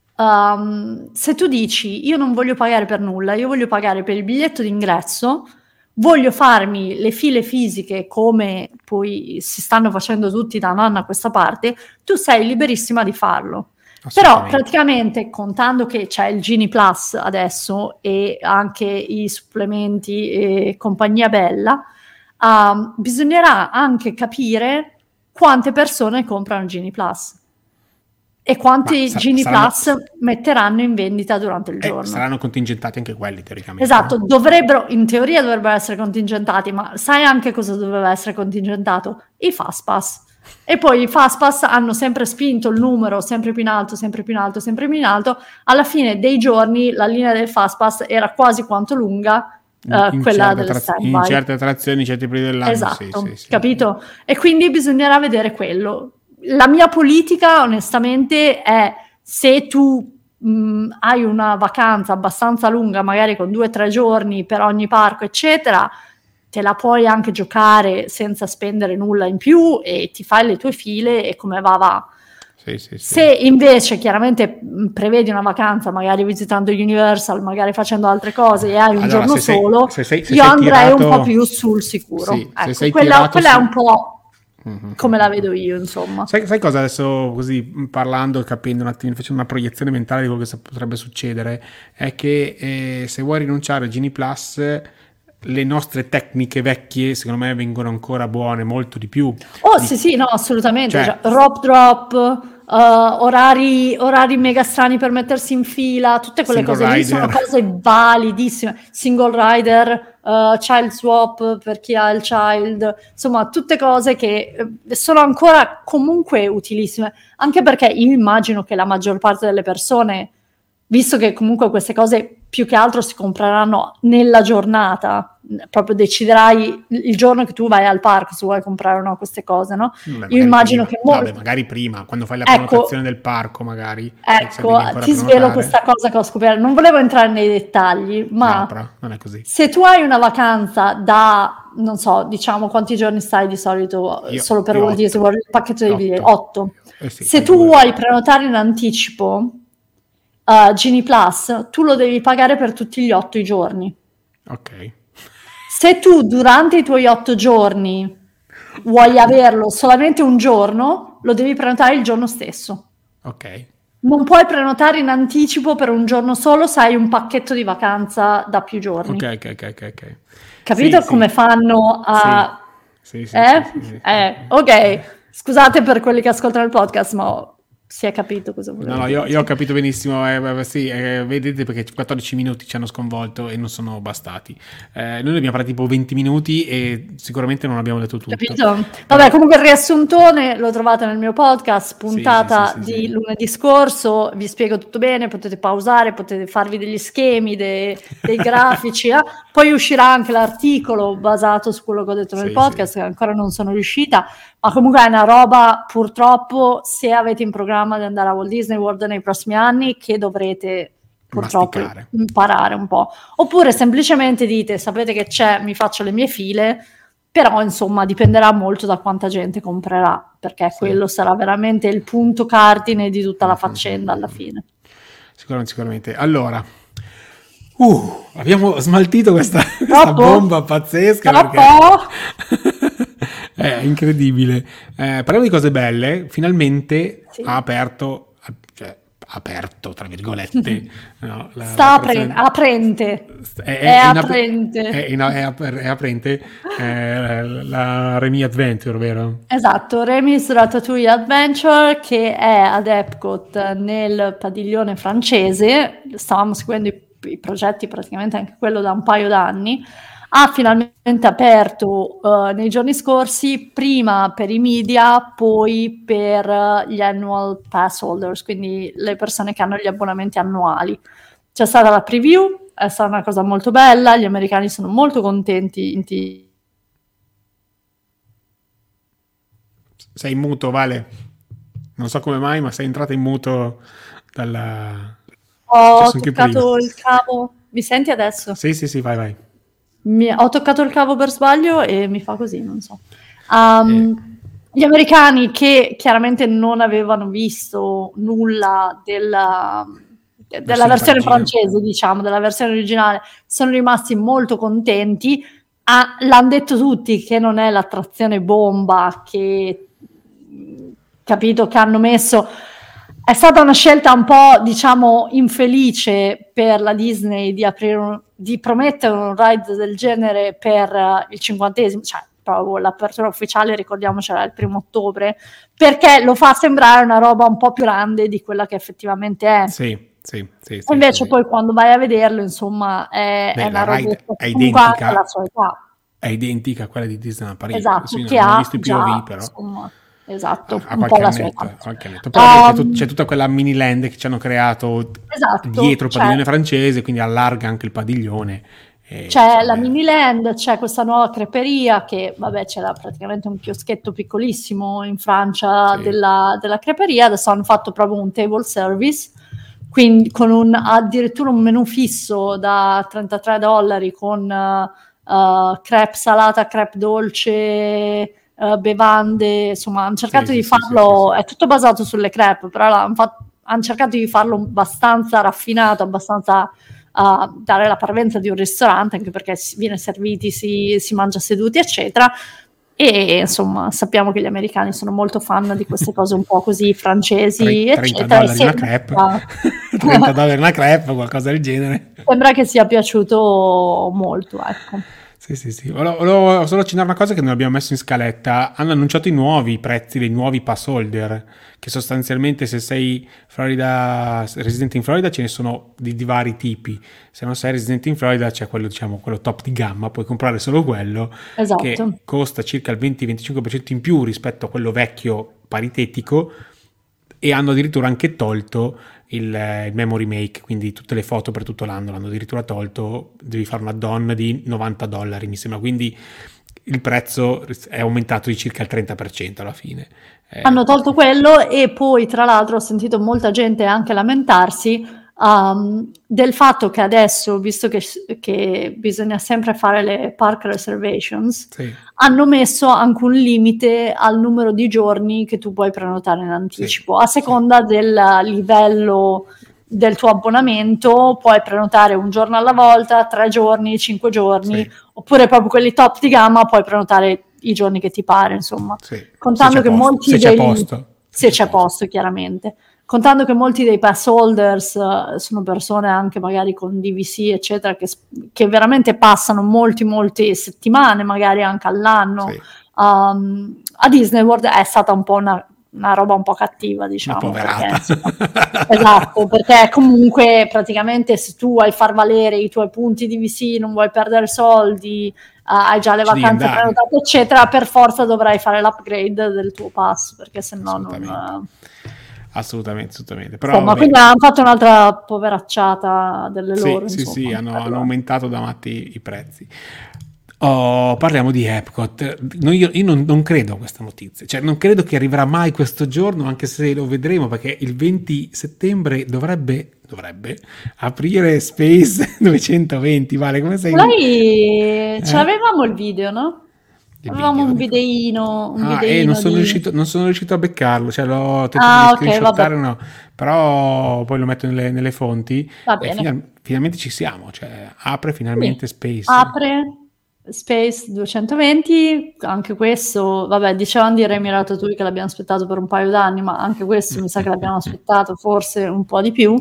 dici io non voglio pagare per nulla, io voglio pagare per il biglietto d'ingresso, voglio farmi le file fisiche come poi si stanno facendo tutti da un anno a questa parte, tu sei liberissima di farlo. Però praticamente, contando che c'è il Genie Plus adesso e anche i supplementi e compagnia bella, bisognerà anche capire quante persone comprano Genie Plus e quanti Genie Plus metteranno in vendita durante il giorno. Saranno contingentati anche quelli, teoricamente. Esatto, in teoria dovrebbero essere contingentati, ma sai anche cosa doveva essere contingentato? I FastPass. E poi i FastPass hanno sempre spinto il numero sempre più in alto, sempre più in alto, sempre più in alto. Alla fine dei giorni la linea del FastPass era quasi quanto lunga quella delle standby. In certe attrazioni, in certi periodi dell'anno. Esatto, sì. Capito? E quindi bisognerà vedere quello. La mia politica, onestamente, è se tu hai una vacanza abbastanza lunga, magari con 2 o 3 giorni per ogni parco, eccetera, te la puoi anche giocare senza spendere nulla in più e ti fai le tue file e come va. Sì. Se invece chiaramente prevedi una vacanza, magari visitando Universal, magari facendo altre cose e hai un giorno solo, io andrei un po' più sul sicuro. Sì, ecco, quella è un po' come la vedo io, insomma. Sai cosa adesso, così parlando e capendo un attimo, facendo una proiezione mentale di quello che potrebbe succedere, è che se vuoi rinunciare al Genie Plus, le nostre tecniche vecchie secondo me vengono ancora buone molto di più. Sì, no, assolutamente. Cioè, rope drop, orari mega strani per mettersi in fila, tutte quelle cose lì sono cose validissime. Single rider, child swap per chi ha il child, insomma tutte cose che sono ancora comunque utilissime, anche perché io immagino che la maggior parte delle persone, visto che comunque queste cose più che altro si compreranno nella giornata, proprio deciderai il giorno che tu vai al parco se vuoi comprare o no queste cose, no? Io immagino prima. Magari prima, quando fai la prenotazione del parco, magari. Ecco, ti svelo questa cosa che ho scoperto. Non volevo entrare nei dettagli, ma no, però non è così. Se tu hai una vacanza da, non so, diciamo quanti giorni stai di solito solo per Walt Disney World, il pacchetto dei biglietti? 8. Se tu vuoi prenotare in anticipo Genie Plus, tu lo devi pagare per tutti gli 8 i giorni. Ok. Se tu durante i tuoi 8 giorni vuoi averlo solamente un giorno, lo devi prenotare il giorno stesso. Ok. Non puoi prenotare in anticipo per un giorno solo se hai un pacchetto di vacanza da più giorni. Ok. Capito Sì, come fanno a... Sì. Ok, scusate per quelli che ascoltano il podcast, ma si è capito cosa volevo No, dire. io ho capito benissimo, vedete perché 14 minuti ci hanno sconvolto e non sono bastati. Noi ne abbiamo parlato tipo 20 minuti e sicuramente non abbiamo detto tutto. Capito? Vabbè, comunque il riassuntone lo trovate nel mio podcast, puntata di lunedì scorso, vi spiego tutto bene, potete pausare, potete farvi degli schemi, dei grafici, poi uscirà anche l'articolo basato su quello che ho detto nel podcast, che ancora non sono riuscita, ma comunque è una roba, purtroppo, se avete in programma di andare a Walt Disney World nei prossimi anni, che dovrete purtroppo imparare un po'. Oppure semplicemente dite, sapete che c'è, mi faccio le mie file, però insomma dipenderà molto da quanta gente comprerà, perché quello sarà veramente il punto cardine di tutta la faccenda alla fine. Sicuramente. Allora, abbiamo smaltito questa bomba pazzesca. È incredibile. Parliamo di cose belle. Finalmente ha aperto, tra virgolette. No, aprente. È aprente la Remy Adventure, vero? Esatto, Remy's Ratatouille Adventure, che è ad Epcot nel padiglione francese. Stavamo seguendo i progetti, praticamente anche quello da un paio d'anni. Ha finalmente aperto nei giorni scorsi, prima per i media, poi per gli annual pass holders, quindi le persone che hanno gli abbonamenti annuali. C'è stata la preview, è stata una cosa molto bella, gli americani sono molto contenti. Sei in muto, Vale? Non so come mai, ma sei entrata in muto dalla... Ho toccato il cavo. Mi senti adesso? Sì, vai. Ho toccato il cavo per sbaglio e mi fa così, non so. Gli americani, che chiaramente non avevano visto nulla della versione francese, diciamo, della versione originale, sono rimasti molto contenti. L'hanno detto tutti che non è l'attrazione bomba che, capito, che hanno messo. È stata una scelta un po', diciamo, infelice per la Disney di promettere un ride del genere per il 50°, cioè proprio l'apertura ufficiale, ricordiamocela, il 1° ottobre, perché lo fa sembrare una roba un po' più grande di quella che effettivamente è. Sì. Invece poi quando vai a vederlo, insomma, è una roba è identica alla sua età. È identica a quella di Disneyland Paris. Esatto, sì, che ha visto i POV, già, però. Insomma, esatto, a un po' la sua età. Però c'è tutta quella mini land che ci hanno creato dietro il padiglione francese, quindi allarga anche il padiglione. C'è la mini land, c'è questa nuova creperia che, vabbè, c'era praticamente un chioschetto piccolissimo in Francia della creperia, adesso hanno fatto proprio un table service, quindi con addirittura un menù fisso da $33 con crepe salata, crepe dolce, bevande, insomma hanno cercato di farlo, è tutto basato sulle crepe, però hanno cercato di farlo abbastanza raffinato, abbastanza dare la parvenza di un ristorante, anche perché viene serviti, si mangia seduti, eccetera. E insomma sappiamo che gli americani sono molto fan di queste cose un po' così francesi, eccetera. $30 una crepe, $30 una crepe, qualcosa del genere. Sembra che sia piaciuto molto, ecco. Sì. Volevo solo accennare una cosa che non abbiamo messo in scaletta. Hanno annunciato i nuovi prezzi dei nuovi pass holder, che sostanzialmente, se sei residente in Florida, ce ne sono di vari tipi. Se non sei residente in Florida c'è quello, diciamo, quello top di gamma, puoi comprare solo quello, che costa circa il 20-25% in più rispetto a quello vecchio paritetico, e hanno addirittura anche tolto il memory make, quindi tutte le foto per tutto l'anno l'hanno addirittura tolto, devi fare un add-on di $90 mi sembra, quindi il prezzo è aumentato di circa il 30% alla fine. Hanno tolto quello, e poi tra l'altro ho sentito molta gente anche lamentarsi del fatto che adesso, visto che bisogna sempre fare le park reservations, hanno messo anche un limite al numero di giorni che tu puoi prenotare in anticipo, a seconda del livello del tuo abbonamento puoi prenotare un giorno alla volta, 3 giorni, 5 giorni, oppure proprio quelli top di gamma puoi prenotare i giorni che ti pare, insomma. Contando che molti se c'è posto, chiaramente. Contando che molti dei pass holders sono persone anche magari con DVC, eccetera, che veramente passano molte settimane, magari anche all'anno. A Disney World è stata un po' una roba un po' cattiva, diciamo. Perché, esatto, perché comunque praticamente se tu vuoi far valere i tuoi punti DVC, non vuoi perdere soldi, hai già le vacanze prenotate, eccetera, per forza dovrai fare l'upgrade del tuo pass, perché sennò non... Assolutamente. Però, insomma, quindi hanno fatto un'altra poveracciata delle loro. Sì, hanno aumentato da matti i prezzi. Parliamo di Epcot. Io non credo a questa notizia, cioè non credo che arriverà mai questo giorno, anche se lo vedremo, perché il 20 settembre dovrebbe aprire Space 220. Vale, come sei? Noi ce l'avevamo il video, no? Avevamo un videino non sono riuscito a beccarlo, cioè l'ho tentato di screenshottare, no, però poi lo metto nelle fonti. Va bene. Finalmente ci siamo, cioè apre finalmente Space. Apre Space 220, anche questo, vabbè, dicevano di Remy Ratatouille che l'abbiamo aspettato per un paio d'anni, ma anche questo mi sa che l'abbiamo aspettato forse un po' di più.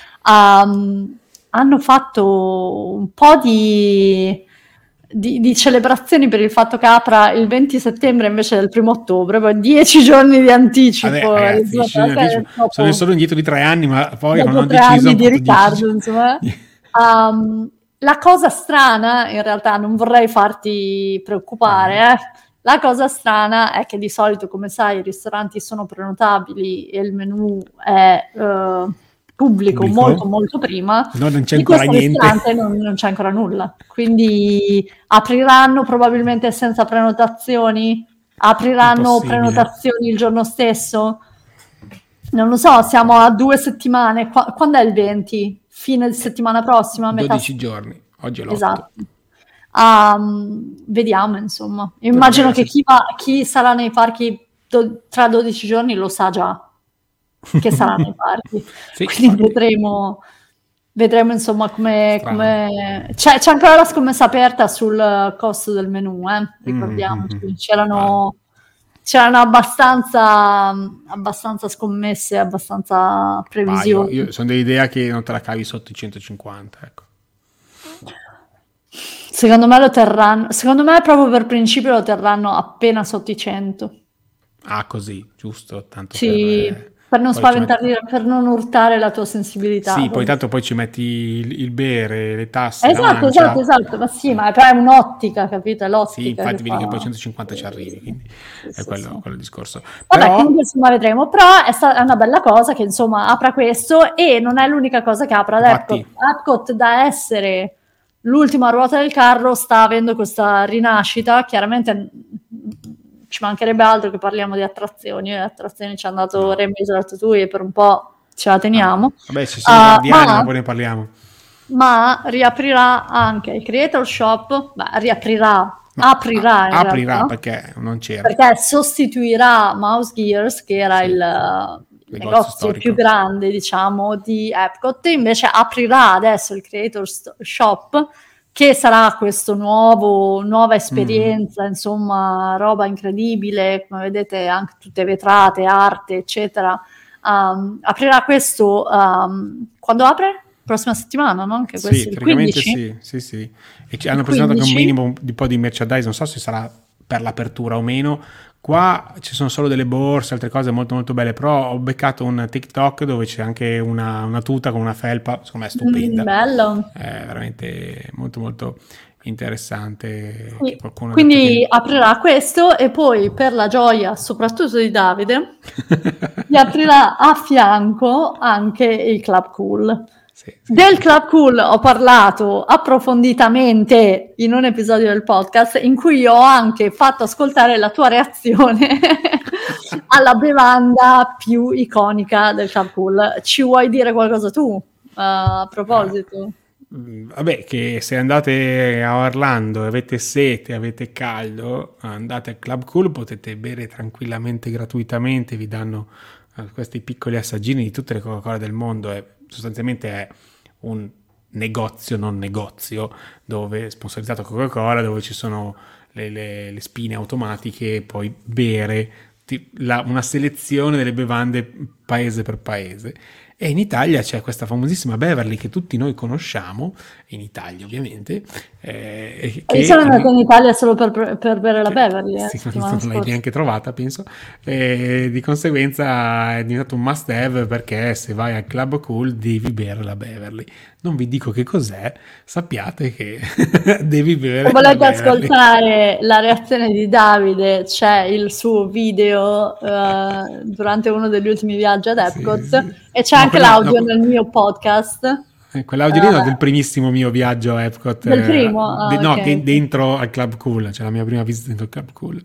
Hanno fatto un po' di celebrazioni per il fatto che apra il 20 settembre invece del 1 ottobre, poi 10 giorni di anticipo. Vabbè, ragazzi, sono solo indietro di 3 anni, ma poi non hanno 3 deciso anni di ritardo, insomma. La cosa strana, in realtà non vorrei farti preoccupare, la cosa strana è che di solito, come sai, i ristoranti sono prenotabili e il menù è pubblico molto prima. No, non c'è ancora niente. Non c'è ancora nulla. Quindi apriranno probabilmente senza prenotazioni? Apriranno prenotazioni il giorno stesso? Non lo so, siamo a 2 settimane. Quando è il 20? Fine di settimana prossima? 12 giorni. Oggi è l'8. Esatto. Vediamo, insomma. Immagino che chi sarà nei parchi tra 12 giorni lo sa già che sarà nei parchi. Quindi vedremo insomma come c'è ancora la scommessa aperta sul costo del menù, ricordiamoci. C'erano abbastanza scommesse, abbastanza previsioni. Io sono dell'idea che non te la cavi sotto i 150, ecco. Secondo me lo terranno, proprio per principio lo terranno appena sotto i 100. Così, giusto, tanto per non spaventarli, per non urtare la tua sensibilità. Sì, poi tanto poi ci metti il bere, le tasse, esatto, ma sì, ma è un'ottica, capito? È l'ottica. Sì, infatti vedi che poi 150 ci arrivi, quindi è quello il discorso. Vabbè, comunque insomma vedremo, però è una bella cosa che insomma apra questo, e non è l'unica cosa che apra ad Epcot. Da essere l'ultima ruota del carro sta avendo questa rinascita. Chiaramente ci mancherebbe altro che parliamo di attrazioni. Le attrazioni ci hanno dato Remy Ratatouille, per un po' ce la teniamo. Vabbè, ci sono guardiani, ma poi ne parliamo. Ma riaprirà anche il Creator Shop. Aprirà perché non c'era. Perché sostituirà Mouse Gears, che era il negozio più grande, diciamo, di Epcot. Invece aprirà adesso il Creator Shop, che sarà questo nuova esperienza, insomma, roba incredibile, come vedete anche tutte vetrate, arte, eccetera. Aprirà questo quando apre? Prossima settimana, no? Anche questo, il 15? Sì. E hanno presentato anche un minimo di po' di merchandise, non so se sarà per l'apertura o meno. Qua ci sono solo delle borse, altre cose molto molto belle, però ho beccato un TikTok dove c'è anche una tuta con una felpa, secondo me è stupenda. Bello. È veramente molto molto interessante. Sì. Quindi aprirà questo, e poi, per la gioia soprattutto di Davide, gli aprirà a fianco anche il Club Cool. Del Club Cool ho parlato approfonditamente in un episodio del podcast, in cui ho anche fatto ascoltare la tua reazione alla bevanda più iconica del Club Cool. Ci vuoi dire qualcosa tu a proposito? Vabbè, che se andate a Orlando e avete sete, avete caldo, andate al Club Cool, potete bere tranquillamente, gratuitamente, vi danno questi piccoli assaggini di tutte le Coca-Cola del mondo, sostanzialmente è un negozio non negozio, dove sponsorizzato Coca-Cola, dove ci sono le spine automatiche e puoi bere una selezione delle bevande paese per paese. E in Italia c'è questa famosissima Beverly che tutti noi conosciamo, in Italia ovviamente. Io sono andata in Italia solo per bere la Beverly. Sì, non l'hai neanche trovata, penso. Di conseguenza è diventato un must have, perché se vai al Club Cool devi bere la Beverly. Non vi dico che cos'è, sappiate che devi bere la Beverly. Volete ascoltare la reazione di Davide? C'è il suo video durante uno degli ultimi viaggi ad Epcot, sì. E c'è anche l'audio nel mio podcast. Quell'audio lì è del primissimo mio viaggio a Epcot. Del primo? Okay. Dentro al Club Cool, cioè la mia prima visita dentro al Club Cool.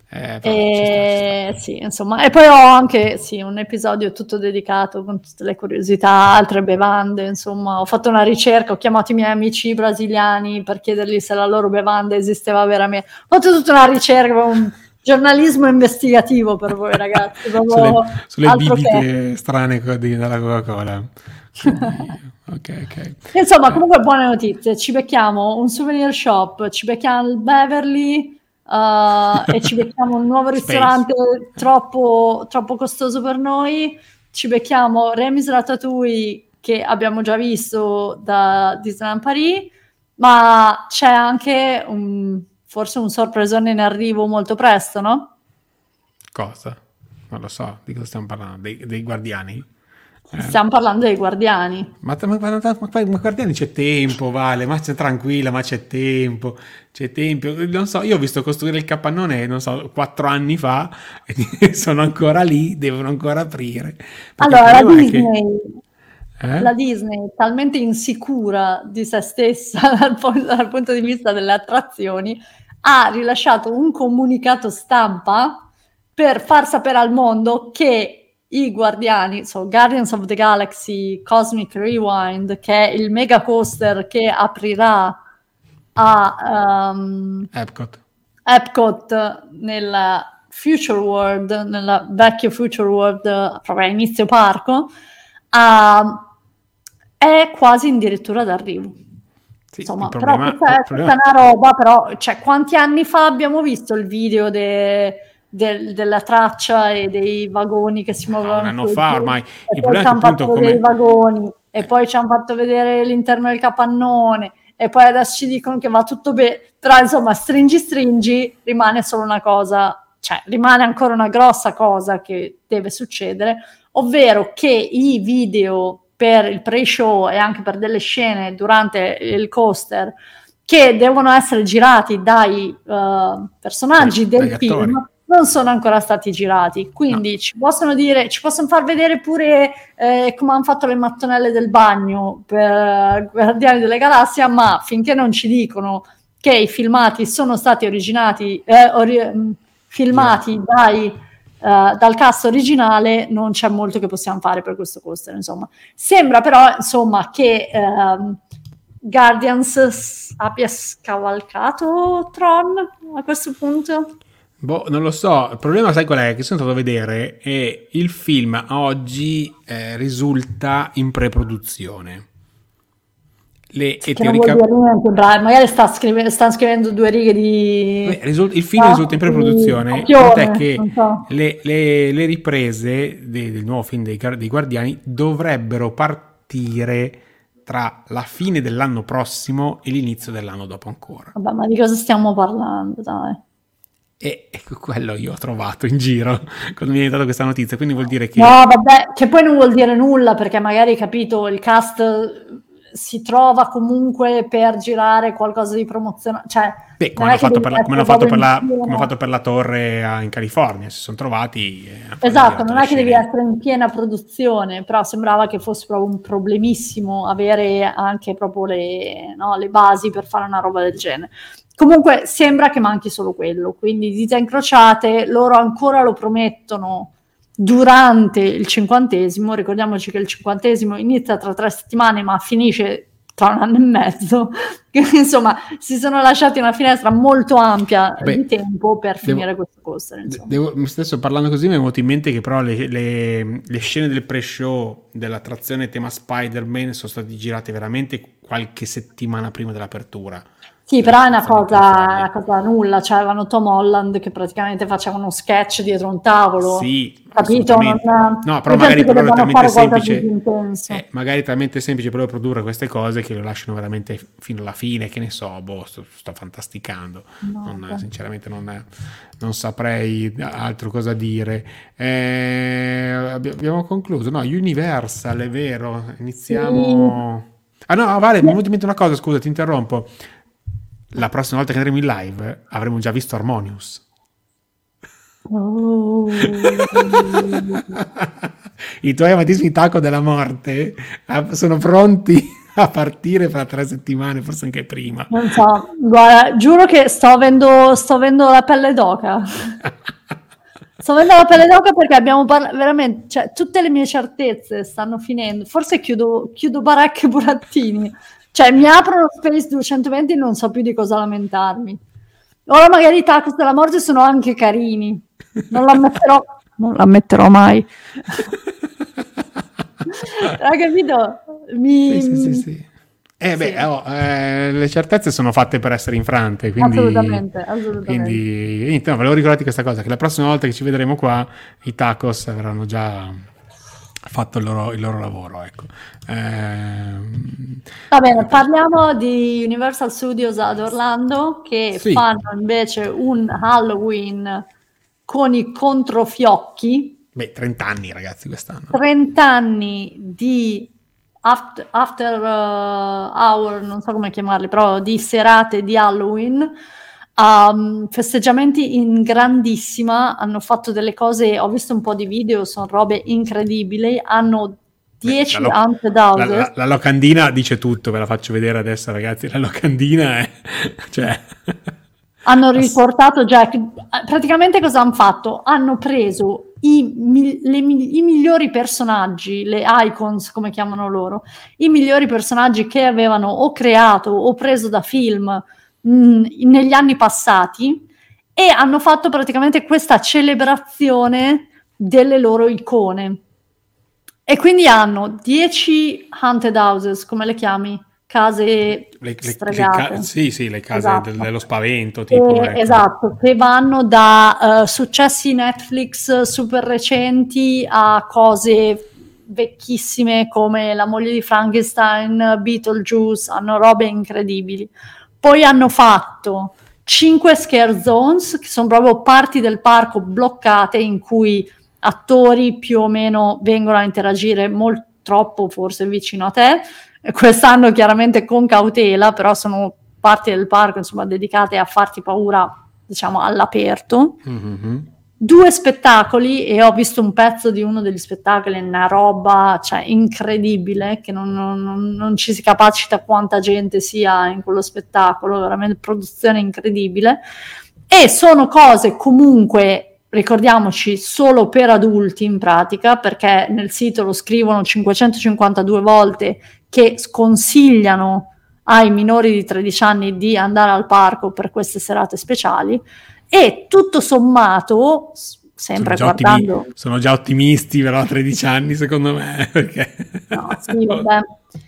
Sì, insomma, e poi ho anche un episodio tutto dedicato con tutte le curiosità, altre bevande, insomma, ho fatto una ricerca, ho chiamato i miei amici brasiliani per chiedergli se la loro bevanda esisteva veramente, ho fatto tutta una ricerca, un giornalismo investigativo per voi ragazzi, sulle bibite strane della Coca-Cola. Okay. Insomma, comunque buone notizie, ci becchiamo un souvenir shop, ci becchiamo il Beverly e ci becchiamo un nuovo ristorante troppo costoso per noi, ci becchiamo Remy's Ratatouille che abbiamo già visto da Disneyland Paris, ma c'è anche forse un sorpresone in arrivo molto presto, no? Cosa? Non lo so, di cosa stiamo parlando? Dei Guardiani? Stiamo parlando dei Guardiani. Ma Guardiani c'è tempo, Vale, ma c'è tranquilla, ma c'è tempo. Non so, io ho visto costruire il capannone, non so, 4 anni fa, e sono ancora lì, devono ancora aprire. Allora, la Disney è talmente insicura di se stessa dal punto di vista delle attrazioni, ha rilasciato un comunicato stampa per far sapere al mondo che i Guardiani, Guardians of the Galaxy Cosmic Rewind, che è il mega coaster che aprirà a Epcot nella Future World, nella vecchio Future World, proprio a inizio parco, è quasi addirittura d'arrivo. Sì, insomma, però questa è una roba, però, cioè, quanti anni fa abbiamo visto il video della traccia e dei vagoni che si muovono? Un anno fa ormai. E poi ci hanno fatto vedere i vagoni, e poi ci hanno fatto vedere l'interno del capannone, e poi adesso ci dicono che va tutto bene, però insomma stringi, rimane solo una cosa, cioè rimane ancora una grossa cosa che deve succedere, ovvero che i video per il pre-show e anche per delle scene durante il coaster che devono essere girati dai personaggi del film non sono ancora stati girati, quindi ci possono far vedere pure come hanno fatto le mattonelle del bagno per Guardiani delle Galassie, ma finché non ci dicono che i filmati sono stati filmati dal cast originale, non c'è molto che possiamo fare per questo coaster, insomma. Sembra però, insomma, che Guardians abbia scavalcato Tron a questo punto. Non lo so, il problema sai qual è? Che sono andato a vedere e il film oggi risulta in pre-produzione. Magari stanno scrivendo 2 righe di... il film risulta in pre-produzione, tant'è che le riprese del nuovo film dei Guardiani dovrebbero partire tra la fine dell'anno prossimo e l'inizio dell'anno dopo ancora. Vabbè, ma di cosa stiamo parlando, dai? E quello io ho trovato in giro quando mi è dato questa notizia, quindi vuol dire che... No, vabbè, che poi non vuol dire nulla, perché magari, capito, il cast si trova comunque per girare qualcosa di promozione, cioè... Beh, come hanno fatto per la torre in California, si sono trovati... Esatto, non è che devi essere in piena produzione, però sembrava che fosse proprio un problemissimo avere anche proprio le basi per fare una roba del genere. Comunque sembra che manchi solo quello, quindi dita incrociate, loro ancora lo promettono durante il 50°, ricordiamoci che il 50° inizia tra 3 settimane ma finisce tra un anno e mezzo. Insomma, si sono lasciati una finestra molto ampia di tempo per finire questo coaster. Stesso parlando così mi è venuto in mente che però le scene del pre-show dell'attrazione tema Spider-Man sono state girate veramente qualche settimana prima dell'apertura. Sì, però è una cosa nulla, cioè avevano Tom Holland che praticamente faceva uno sketch dietro un tavolo. Sì, capito? No, però magari però è talmente semplice, magari talmente semplice però produrre queste cose che lo lasciano veramente fino alla fine, che ne so, sto fantasticando. Sinceramente non saprei altro cosa dire. Abbiamo concluso, no? Universal, è vero, iniziamo... Sì. Ah no, Vale, mi è venuta in mente una cosa, scusa, ti interrompo. La prossima volta che andremo in live avremo già visto Harmonious. Oh. I tuoi amatissimi taco della morte sono pronti a partire fra 3 settimane, forse anche prima. Non so, guarda, giuro che sto avendo la pelle d'oca. Sto avendo la pelle d'oca perché abbiamo veramente, cioè, tutte le mie certezze stanno finendo. Forse chiudo baracche e burattini. Cioè, mi aprono Space 220 e non so più di cosa lamentarmi. Ora magari i tacos della morte sono anche carini. Non l'ammetterò mai. Hai capito? Sì. Le certezze sono fatte per essere infrante, quindi assolutamente. Quindi no, volevo ricordarti questa cosa, che la prossima volta che ci vedremo qua i tacos avranno già fatto il loro lavoro, ecco. Va bene, parliamo di Universal Studios ad Orlando che fanno invece un Halloween con i controfiocchi. 30 anni ragazzi quest'anno. 30 anni di after hour, non so come chiamarli, però di serate di Halloween. Festeggiamenti in grandissima, hanno fatto delle cose, ho visto un po' di video, sono robe incredibili, hanno 10 haunted houses. La locandina dice tutto, ve la faccio vedere adesso ragazzi, la locandina è cioè hanno riportato praticamente cosa hanno fatto? Hanno preso i migliori personaggi, le icons come chiamano loro, i migliori personaggi che avevano o creato o preso da film negli anni passati e hanno fatto praticamente questa celebrazione delle loro icone. E quindi hanno 10 haunted houses, come le chiami? Case stregate. Sì, le case esatto. dello spavento. Tipo, ecco. Esatto, che vanno da successi Netflix super recenti a cose vecchissime come La moglie di Frankenstein, Beetlejuice, hanno robe incredibili. Poi hanno fatto 5 scare zones, che sono proprio parti del parco bloccate in cui attori più o meno vengono a interagire troppo forse vicino a te. Quest'anno chiaramente con cautela, però sono parti del parco insomma dedicate a farti paura, diciamo, all'aperto. Mm-hmm. 2 spettacoli, e ho visto un pezzo di uno degli spettacoli, una roba cioè incredibile, che non ci si capacita quanta gente sia in quello spettacolo, veramente produzione incredibile. E sono cose comunque, ricordiamoci, solo per adulti in pratica, perché nel sito lo scrivono 552 volte che sconsigliano ai minori di 13 anni di andare al parco per queste serate speciali, e tutto sommato, sempre guardando... sono già ottimisti, però a 13 anni secondo me, perché... No, sì, vabbè.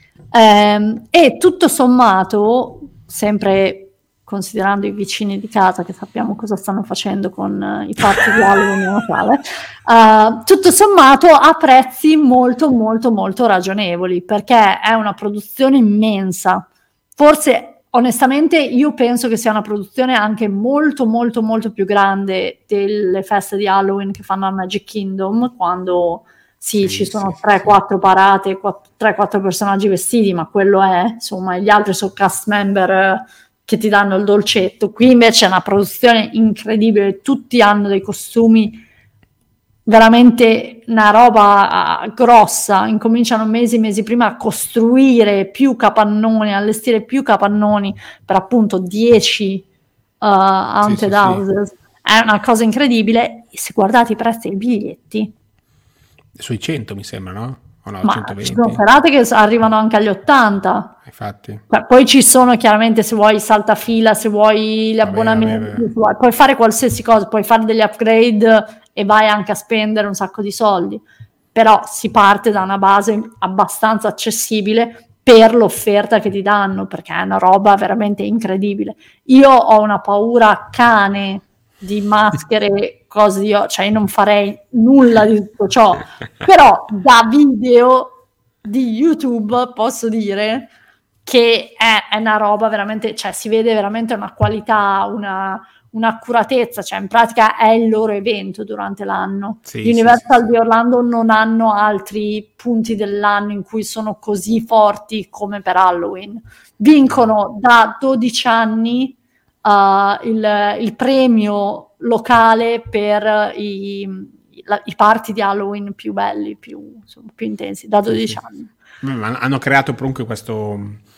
E tutto sommato, sempre considerando i vicini di casa che sappiamo cosa stanno facendo con i party di Halloween in Natale, tutto sommato a prezzi molto molto molto ragionevoli, perché è una produzione immensa. Forse onestamente io penso che sia una produzione anche molto molto molto più grande delle feste di Halloween che fanno a Magic Kingdom, quando ci sono 3-4 parate, 3-4 personaggi vestiti, ma quello è, insomma, gli altri sono cast member che ti danno il dolcetto. Qui invece è una produzione incredibile, tutti hanno dei costumi, veramente una roba grossa, incominciano mesi prima a costruire più capannoni, allestire più capannoni per appunto 10 haunted houses. Sì. È una cosa incredibile. E se guardate i prezzi dei biglietti, sui 100 mi sembra, no? o no, Ma 120. ci sono serate che arrivano anche agli 80. Infatti. Poi ci sono chiaramente, se vuoi saltafila, se vuoi gli abbonamenti, vabbè. puoi fare qualsiasi cosa, puoi fare degli upgrade e vai anche a spendere un sacco di soldi, però si parte da una base abbastanza accessibile per l'offerta che ti danno, perché è una roba veramente incredibile. Io ho una paura cane di maschere, cose cioè io non farei nulla di tutto ciò, però da video di YouTube posso dire che è una roba veramente, cioè si vede veramente una qualità, un'accuratezza, cioè in pratica è il loro evento durante l'anno. Sì, Gli Universal di Orlando non hanno altri punti dell'anno in cui sono così forti come per Halloween. Vincono da 12 anni il premio locale per i party di Halloween più belli, più intensi, da 12 anni. Ma hanno creato comunque questo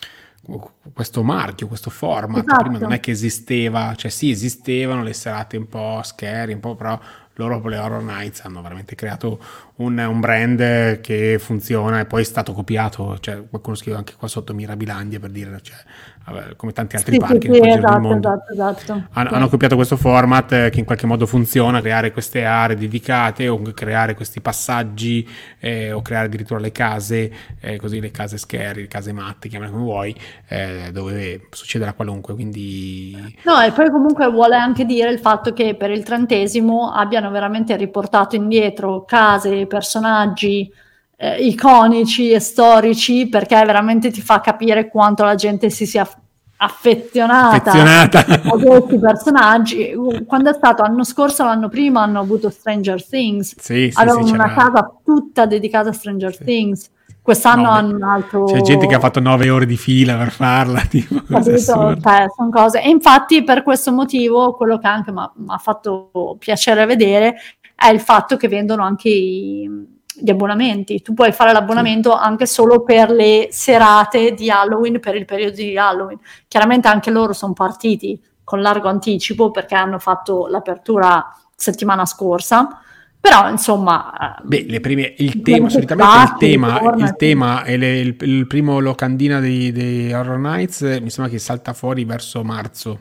marchio, questo format. Esatto. Prima non è che esisteva, cioè sì, esistevano le serate un po' scary, un po', però loro con le Horror Nights hanno veramente creato un brand che funziona e poi è stato copiato, cioè qualcuno scrive anche qua sotto Mirabilandia per dire, cioè, vabbè, come tanti altri parchi nel giro del mondo. Esatto. Hanno copiato questo format che in qualche modo funziona, creare queste aree dedicate o creare questi passaggi o creare addirittura le case, così le case scary, le case matte, chiamale come vuoi, dove succederà qualunque, quindi... No, e poi comunque vuole anche dire il fatto che per il 30° abbiano veramente riportato indietro case, personaggi iconici e storici, perché veramente ti fa capire quanto la gente si sia affezionata a questi personaggi. Quando è stato l'anno scorso, l'anno prima hanno avuto Stranger Things, avevano una casa tutta dedicata a Stranger Things. Quest'anno hanno un altro... C'è gente che ha fatto 9 ore di fila per farla, tipo, sono cose. E infatti per questo motivo quello che anche mi ha fatto piacere vedere è il fatto che vendono anche gli abbonamenti. Tu puoi fare l'abbonamento anche solo per le serate di Halloween, per il periodo di Halloween. Chiaramente anche loro sono partiti con largo anticipo perché hanno fatto l'apertura settimana scorsa. Però insomma, le prime, solitamente il tema e il primo locandina di Horror Nights mi sembra che salta fuori verso marzo.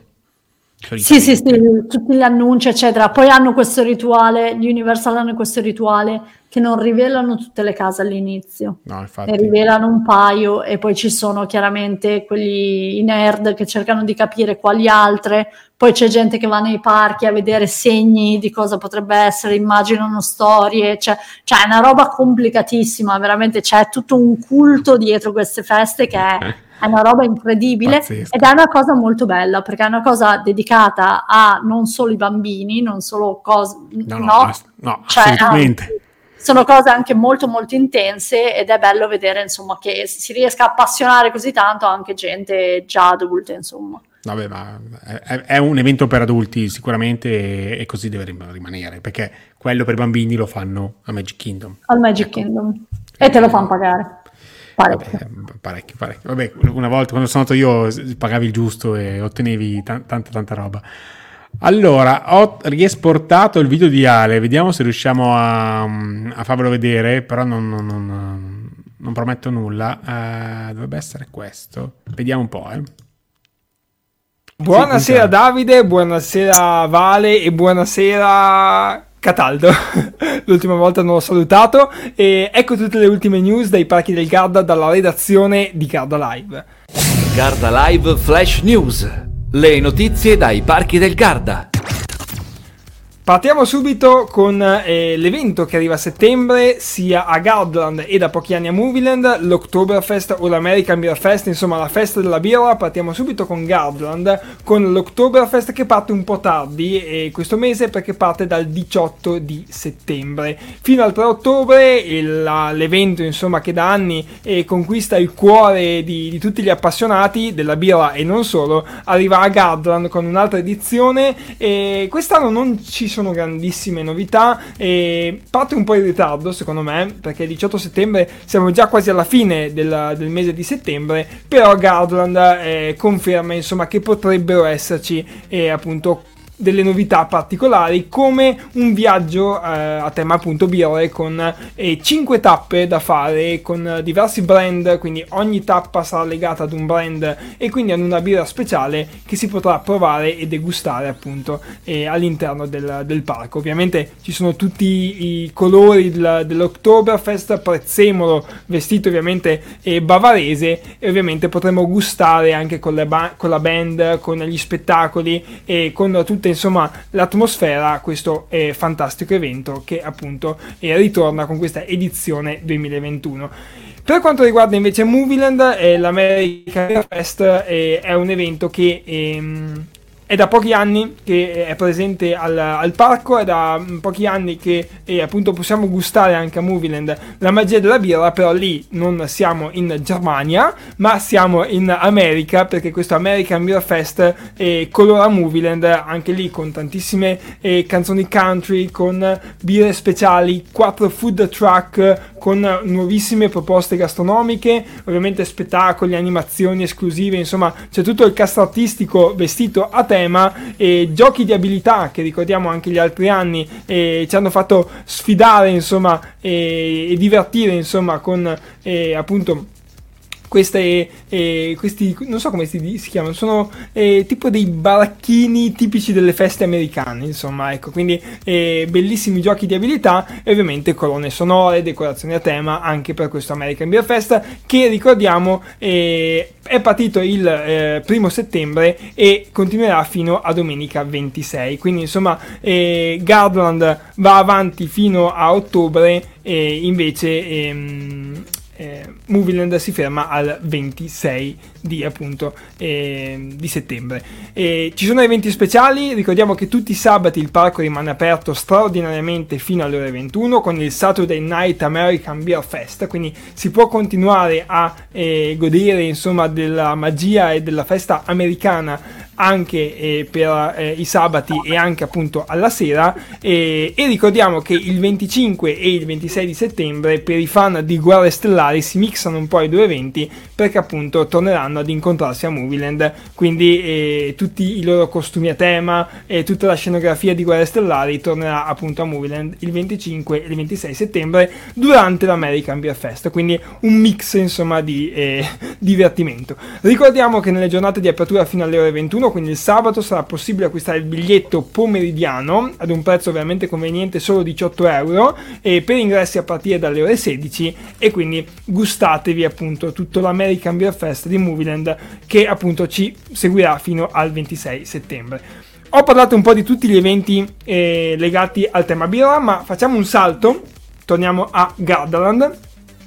Sì, tutti gli annunci eccetera. Poi hanno questo rituale, gli Universal hanno questo rituale che non rivelano tutte le case all'inizio, ne rivelano un paio e poi ci sono chiaramente i nerd che cercano di capire quali altre, poi c'è gente che va nei parchi a vedere segni di cosa potrebbe essere, immaginano storie, cioè è una roba complicatissima, veramente c'è tutto un culto dietro queste feste che è una roba incredibile. Pazzesco. Ed è una cosa molto bella perché è una cosa dedicata a non solo i bambini, non solo cose, no, assolutamente. Sono cose anche molto molto intense ed è bello vedere insomma che si riesca a appassionare così tanto anche gente già adulta, insomma. Vabbè, ma è un evento per adulti sicuramente e così deve rimanere, perché quello per bambini lo fanno a Magic Kingdom. Al Magic Kingdom. E te lo fanno pagare. Parecchio. Vabbè, una volta quando sono andato io pagavi il giusto e ottenevi tanta roba. Allora, ho riesportato il video di Ale, vediamo se riusciamo a farvelo vedere, però non prometto nulla. Dovrebbe essere questo. Vediamo un po', Buonasera sì, Davide, buonasera Vale e buonasera Cataldo. L'ultima volta non l'ho salutato. E ecco tutte le ultime news dai parchi del Garda dalla redazione di Garda Live. Garda Live Flash News. Le notizie dai parchi del Garda. Partiamo subito con l'evento che arriva a settembre sia a Gardaland e da pochi anni a Movieland, l'Oktoberfest o l'American Beer Fest, insomma la festa della birra. Partiamo subito con Gardaland, con l'Oktoberfest che parte un po' tardi questo mese perché parte dal 18 di settembre fino al 3 ottobre, l'evento insomma che da anni conquista il cuore di tutti gli appassionati della birra e non solo, arriva a Gardaland con un'altra edizione e quest'anno non ci sono grandissime novità e parte un po' in ritardo secondo me perché il 18 settembre siamo già quasi alla fine del mese di settembre, però Gardaland conferma insomma che potrebbero esserci appunto delle novità particolari, come un viaggio a tema appunto birre con 5 tappe da fare con diversi brand, quindi ogni tappa sarà legata ad un brand e quindi ad una birra speciale che si potrà provare e degustare appunto all'interno del parco. Ovviamente ci sono tutti i colori dell'Oktoberfest, prezzemolo vestito ovviamente bavarese, e ovviamente potremo gustare anche con la band, con gli spettacoli e con tutta insomma l'atmosfera questo fantastico evento che appunto ritorna con questa edizione 2021. Per quanto riguarda invece Movieland, l'American Beer Fest è un evento che è da pochi anni che è presente al parco, è da pochi anni che appunto possiamo gustare anche a Movieland la magia della birra, però lì non siamo in Germania ma siamo in America, perché questo American Beer Fest colora Movieland anche lì con tantissime canzoni country, con birre speciali, 4 food truck con nuovissime proposte gastronomiche, ovviamente spettacoli, animazioni esclusive, insomma c'è tutto il cast artistico vestito a tema, e giochi di abilità che ricordiamo anche gli altri anni ci hanno fatto sfidare insomma e divertire insomma con appunto questi non so come si chiamano, sono tipo dei baracchini tipici delle feste americane, insomma, ecco, quindi bellissimi giochi di abilità e ovviamente colonne sonore, decorazioni a tema anche per questo American Beer Fest, che ricordiamo è partito il 1 settembre e continuerà fino a domenica 26, quindi insomma Gardaland va avanti fino a ottobre e invece Movieland si ferma al 26 di settembre. Ci sono eventi speciali, ricordiamo che tutti i sabati il parco rimane aperto straordinariamente fino alle ore 21 con il Saturday Night American Beer Fest, quindi si può continuare a godere insomma della magia e della festa americana anche per i sabati e anche appunto alla sera, e ricordiamo che il 25 e il 26 di settembre per i fan di Guerre Stellari si mixano un po' i due eventi, perché appunto torneranno ad incontrarsi a Movieland, quindi tutti i loro costumi a tema e tutta la scenografia di Guerre Stellari tornerà appunto a Movieland il 25 e il 26 settembre durante l'American Beer Fest, quindi un mix insomma di divertimento. Ricordiamo che nelle giornate di apertura fino alle ore 21, quindi il sabato, sarà possibile acquistare il biglietto pomeridiano ad un prezzo veramente conveniente, solo 18 euro, e per ingressi a partire dalle ore 16, e quindi gustatevi appunto tutto l'American Beer Fest di Movieland che appunto ci seguirà fino al 26 settembre. Ho parlato un po' di tutti gli eventi legati al tema birra, ma facciamo un salto, torniamo a Gardaland.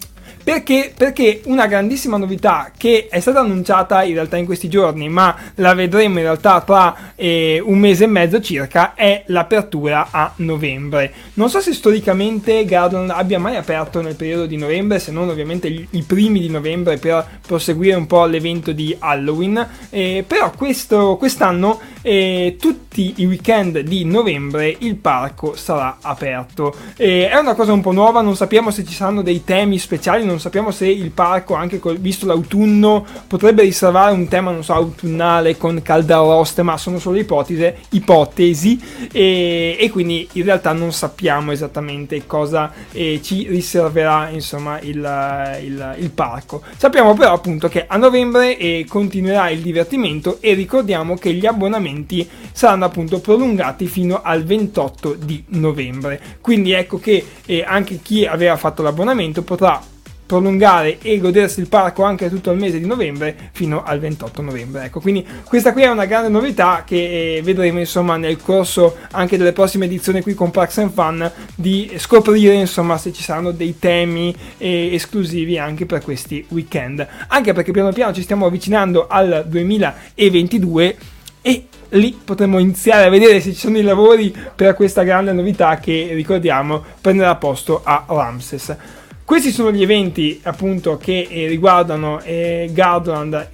Perché una grandissima novità che è stata annunciata in realtà in questi giorni, ma la vedremo in realtà tra un mese e mezzo circa, è l'apertura a novembre. Non so se storicamente Gardaland abbia mai aperto nel periodo di novembre, se non ovviamente i primi di novembre per proseguire un po' l'evento di Halloween, però quest'anno tutti i weekend di novembre il parco sarà aperto. È una cosa un po' nuova, non sappiamo se ci saranno dei temi speciali, non sappiamo se il parco, anche visto l'autunno, potrebbe riservare un tema, non so, autunnale con caldaroste, ma sono solo ipotesi, e quindi in realtà non sappiamo esattamente cosa ci riserverà insomma il parco. Sappiamo però appunto che a novembre continuerà il divertimento, e ricordiamo che gli abbonamenti saranno appunto prolungati fino al 28 di novembre, quindi ecco che anche chi aveva fatto l'abbonamento potrà prolungare e godersi il parco anche tutto il mese di novembre fino al 28 novembre. Ecco, quindi questa qui è una grande novità che vedremo insomma nel corso anche delle prossime edizioni qui con Parks and Fun, di scoprire insomma se ci saranno dei temi esclusivi anche per questi weekend, anche perché piano piano ci stiamo avvicinando al 2022 e lì potremo iniziare a vedere se ci sono i lavori per questa grande novità che, ricordiamo, prenderà posto a Ramses. Questi sono gli eventi appunto che riguardano Gardaland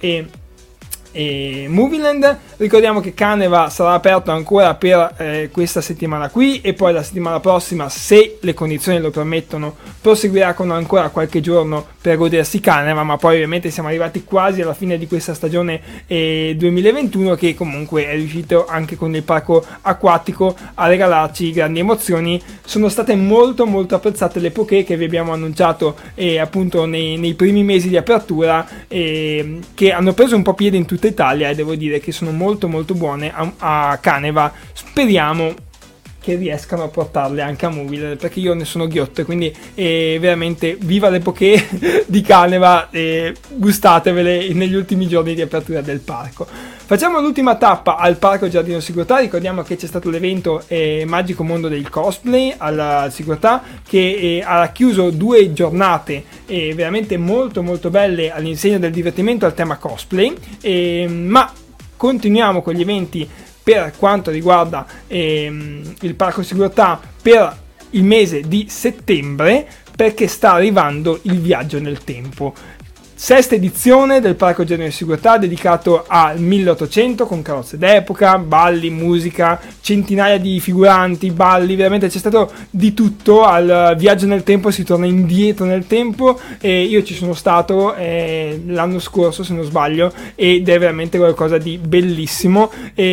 e Movieland. Ricordiamo che Caneva sarà aperto ancora per questa settimana qui, e poi la settimana prossima, se le condizioni lo permettono, proseguirà con ancora qualche giorno per godersi Caneva, ma poi ovviamente siamo arrivati quasi alla fine di questa stagione 2021, che comunque è riuscito anche con il parco acquatico a regalarci grandi emozioni. Sono state molto molto apprezzate le poké che vi abbiamo annunciato appunto nei primi mesi di apertura, che hanno preso un po' piede in tutta Italia, e devo dire che sono molto molto buone a Caneva. Speriamo che riescano a portarle anche a Movile, perché io ne sono ghiotto, e quindi veramente viva le poké di Caneva, gustatevele negli ultimi giorni di apertura del parco. Facciamo l'ultima tappa al Parco Giardino Sigurtà. Ricordiamo che c'è stato l'evento Magico Mondo del Cosplay al Sigurtà, che ha racchiuso 2 giornate veramente molto molto belle all'insegna del divertimento al tema cosplay, ma continuiamo con gli eventi per quanto riguarda il Parco Sigurtà per il mese di settembre, perché sta arrivando il viaggio nel tempo. 6ª edizione del Parco Giardino Sigurtà, dedicato al 1800, con carrozze d'epoca, balli, musica, centinaia di figuranti, balli, veramente c'è stato di tutto. Al viaggio nel tempo si torna indietro nel tempo, e io ci sono stato l'anno scorso, se non sbaglio, ed è veramente qualcosa di bellissimo.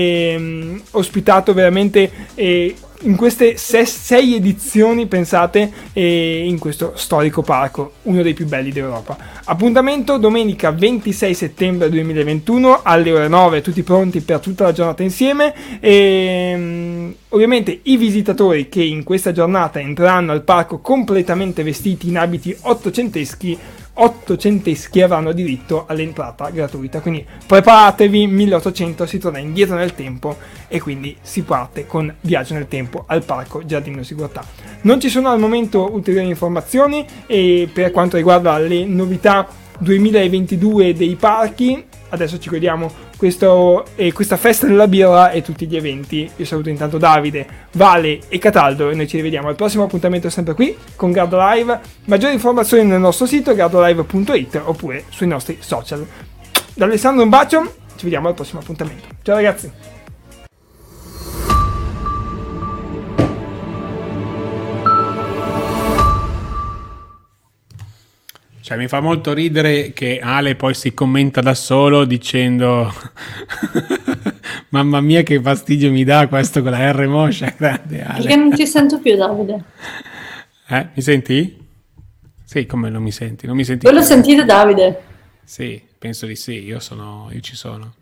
Ospitato veramente in queste 6 edizioni, pensate, in questo storico parco, uno dei più belli d'Europa. Appuntamento domenica 26 settembre 2021 alle ore 9, tutti pronti per tutta la giornata insieme. Ovviamente i visitatori che in questa giornata entreranno al parco completamente vestiti in abiti ottocenteschi avranno diritto all'entrata gratuita, quindi preparatevi. 1800, si torna indietro nel tempo, e quindi si parte con viaggio nel tempo al Parco Giardino Sigurtà. Non ci sono al momento ulteriori informazioni per quanto riguarda le novità 2022 dei parchi. Adesso ci godiamo questa festa della birra e tutti gli eventi. Io saluto intanto Davide, Vale e Cataldo, e noi ci rivediamo al prossimo appuntamento, sempre qui con Gardo Live. Maggiori informazioni nel nostro sito gardolive.it oppure sui nostri social. Da Alessandro un bacio, ci vediamo al prossimo appuntamento. Ciao ragazzi. Cioè, mi fa molto ridere che Ale poi si commenta da solo dicendo mamma mia che fastidio mi dà questo con la R moscia. Grande Ale. Perché non ti sento più, Davide? Mi senti? Sì, come non mi senti? Non mi senti Voi lo più? sentite, Davide? Sì, penso di sì, io ci sono.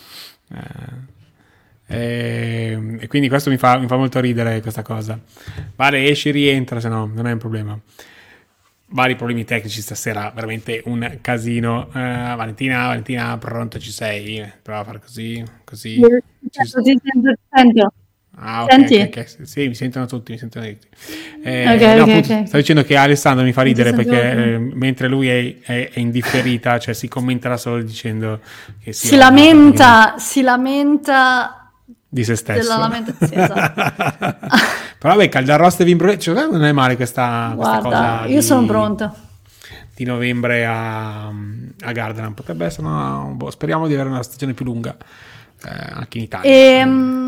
E quindi questo mi fa molto ridere, questa cosa. Vale, esci, rientra, se no non è un problema. Vari problemi tecnici stasera, veramente un casino. Valentina, pronto, ci sei? Prova a fare così. Ti sento. Ah, ok, Senti? ok. Sì, mi sentono tutti. Ok. Sto dicendo che Alessandro mi fa ridere ti perché sento. mentre lui è indifferita, cioè si commenta da solo dicendo che Si lamenta di se stesso. della lamentazione, esatto. Però vabbè, caldaroste e vin brulee, cioè, non è male questa Guarda, cosa io sono pronta. di novembre a Gardaland. Potrebbe essere speriamo di avere una stagione più lunga anche in Italia.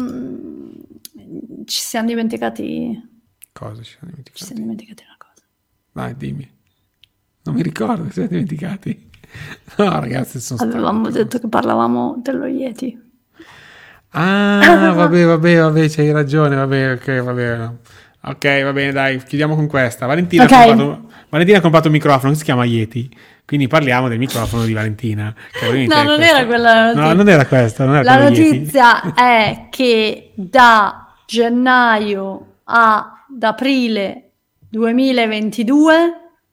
Ci siamo dimenticati. Cosa ci siamo dimenticati? Ci siamo dimenticati una cosa. Dai, dimmi. Non mi ricordo, ci siamo dimenticati. No, ragazzi, Avevamo detto che parlavamo dello Yeti. Ah, vabbè, c'hai ragione, vabbè, ok, va bene, dai, chiudiamo con questa. Valentina ha comprato un microfono che si chiama Yeti, quindi parliamo del microfono di Valentina. No, non era quella la notizia. No, non era questa, non era La quello Yeti. notizia è che da gennaio ad aprile 2022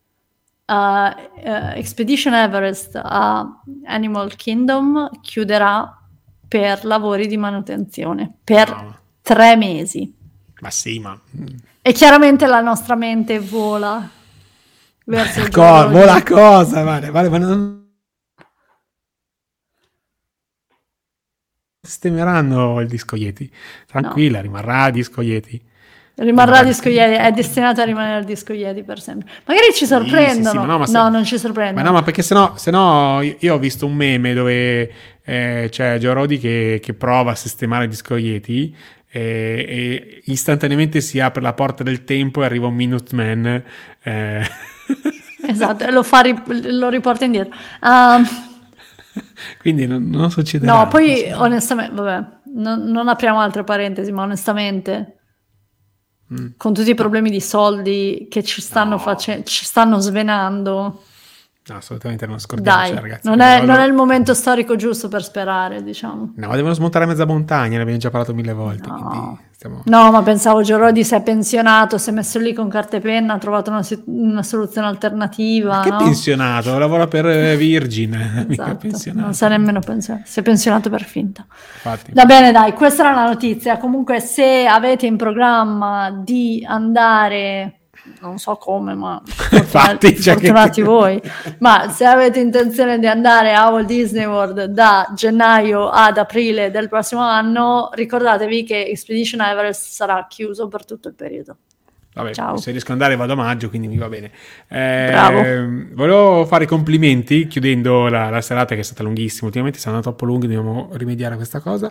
Expedition Everest a Animal Kingdom chiuderà per lavori di manutenzione per 3 mesi. Ma sì, ma E chiaramente la nostra mente vola verso il vola cosa? Vale, ma non sistemeranno il disco Yeti. Tranquilla, rimarrà disco Yeti. Rimarrà disco Yeti, è destinato a rimanere disco Yeti per sempre. Magari ci sorprendono. Sì, no, non ci sorprendono. Ma no, ma perché sennò io ho visto un meme dove c'è Joe Rodi che prova a sistemare il disco Yeti e istantaneamente si apre la porta del tempo e arriva un Minuteman Esatto, e lo riporta indietro. Quindi non succederà. No, poi onestamente, vabbè, non apriamo altre parentesi, ma onestamente, con tutti i problemi di soldi che ci stanno ci stanno svenando, no, assolutamente non scordiamoci, dai, ragazzi. non è il momento storico giusto per sperare, diciamo. No, devono smontare mezza montagna, ne abbiamo già parlato 1000 volte. No. Quindi stiamo... No, ma pensavo Joe Roddy si è pensionato, si è messo lì con carta e penna, ha trovato una soluzione alternativa. Che no? pensionato? Lavora per Virgin. Mica Esatto, pensionato. non sa nemmeno pensionato, si è pensionato per finta. Infatti. Va bene, dai, questa era la notizia. Comunque, se avete in programma di andare, non so come, ma Infatti, cioè fortunati voi, ma se avete intenzione di andare a Walt Disney World da gennaio ad aprile del prossimo anno, ricordatevi che Expedition Everest sarà chiuso per tutto il periodo. Vabbè, Ciao. se riesco ad andare vado a maggio, quindi mi va bene. Bravo. Volevo fare i complimenti chiudendo la serata, che è stata lunghissima. Ultimamente sono troppo lunghi, dobbiamo rimediare a questa cosa.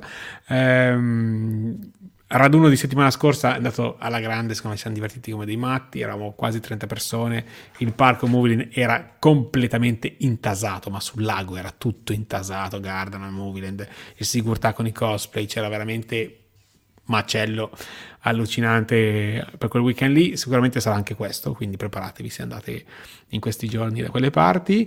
Raduno di settimana scorsa è andato alla grande, secondo me ci siamo divertiti come dei matti, eravamo quasi 30 persone, il parco Movieland era completamente intasato, ma sul lago era tutto intasato, Gardaland, Movieland, il Sigurtà con i cosplay, c'era veramente macello allucinante per quel weekend lì. Sicuramente sarà anche questo, quindi preparatevi se andate in questi giorni da quelle parti,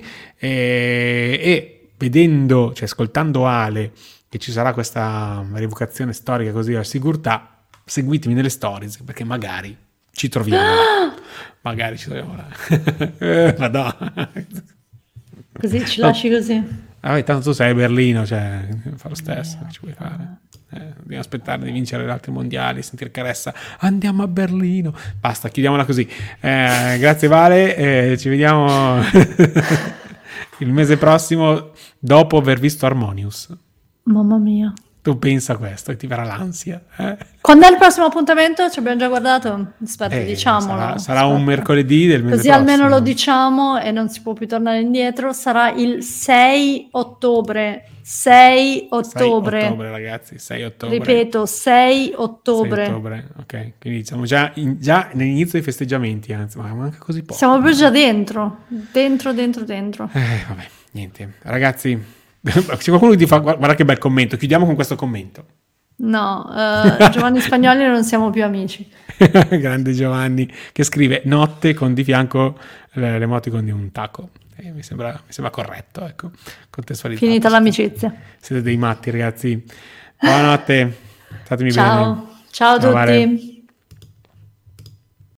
e vedendo, cioè ascoltando Ale che ci sarà questa rievocazione storica così al Sigurtà, seguitemi nelle stories perché magari ci troviamo là. Magari ci troviamo là. Madonna. Così ci lasci così. Vabbè, tanto tu sei a Berlino, cioè fa lo stesso, che ci puoi fare? Dobbiamo aspettare di vincere gli altri mondiali, sentire Caressa, andiamo a Berlino. Basta, chiudiamola così. Grazie Vale, ci vediamo il mese prossimo dopo aver visto Harmonious. Mamma mia. Tu pensa a questo e ti verrà l'ansia. Quando è il prossimo appuntamento? Ci abbiamo già guardato? Aspetta, diciamolo. Sarà un mercoledì del mese così prossimo. Almeno lo diciamo e non si può più tornare indietro. Sarà il 6 ottobre. 6 ottobre. 6 ottobre, ragazzi, 6 ottobre. Ripeto, 6 ottobre. 6 ottobre, ok. Quindi siamo già nell'inizio dei festeggiamenti, anzi, ma manca così poco. Siamo proprio già dentro. Dentro. Vabbè, niente. Ragazzi, c'è qualcuno che ti fa, guarda che bel commento, chiudiamo con questo commento. No, Giovanni Spagnoli non siamo più amici. Grande Giovanni, che scrive notte con di fianco l'emoticon di un taco. Mi sembra corretto, ecco, contestualizzato. Finita l'amicizia. Siete dei matti, ragazzi. Buonanotte, statemi bene. Ciao a tutti. Vale.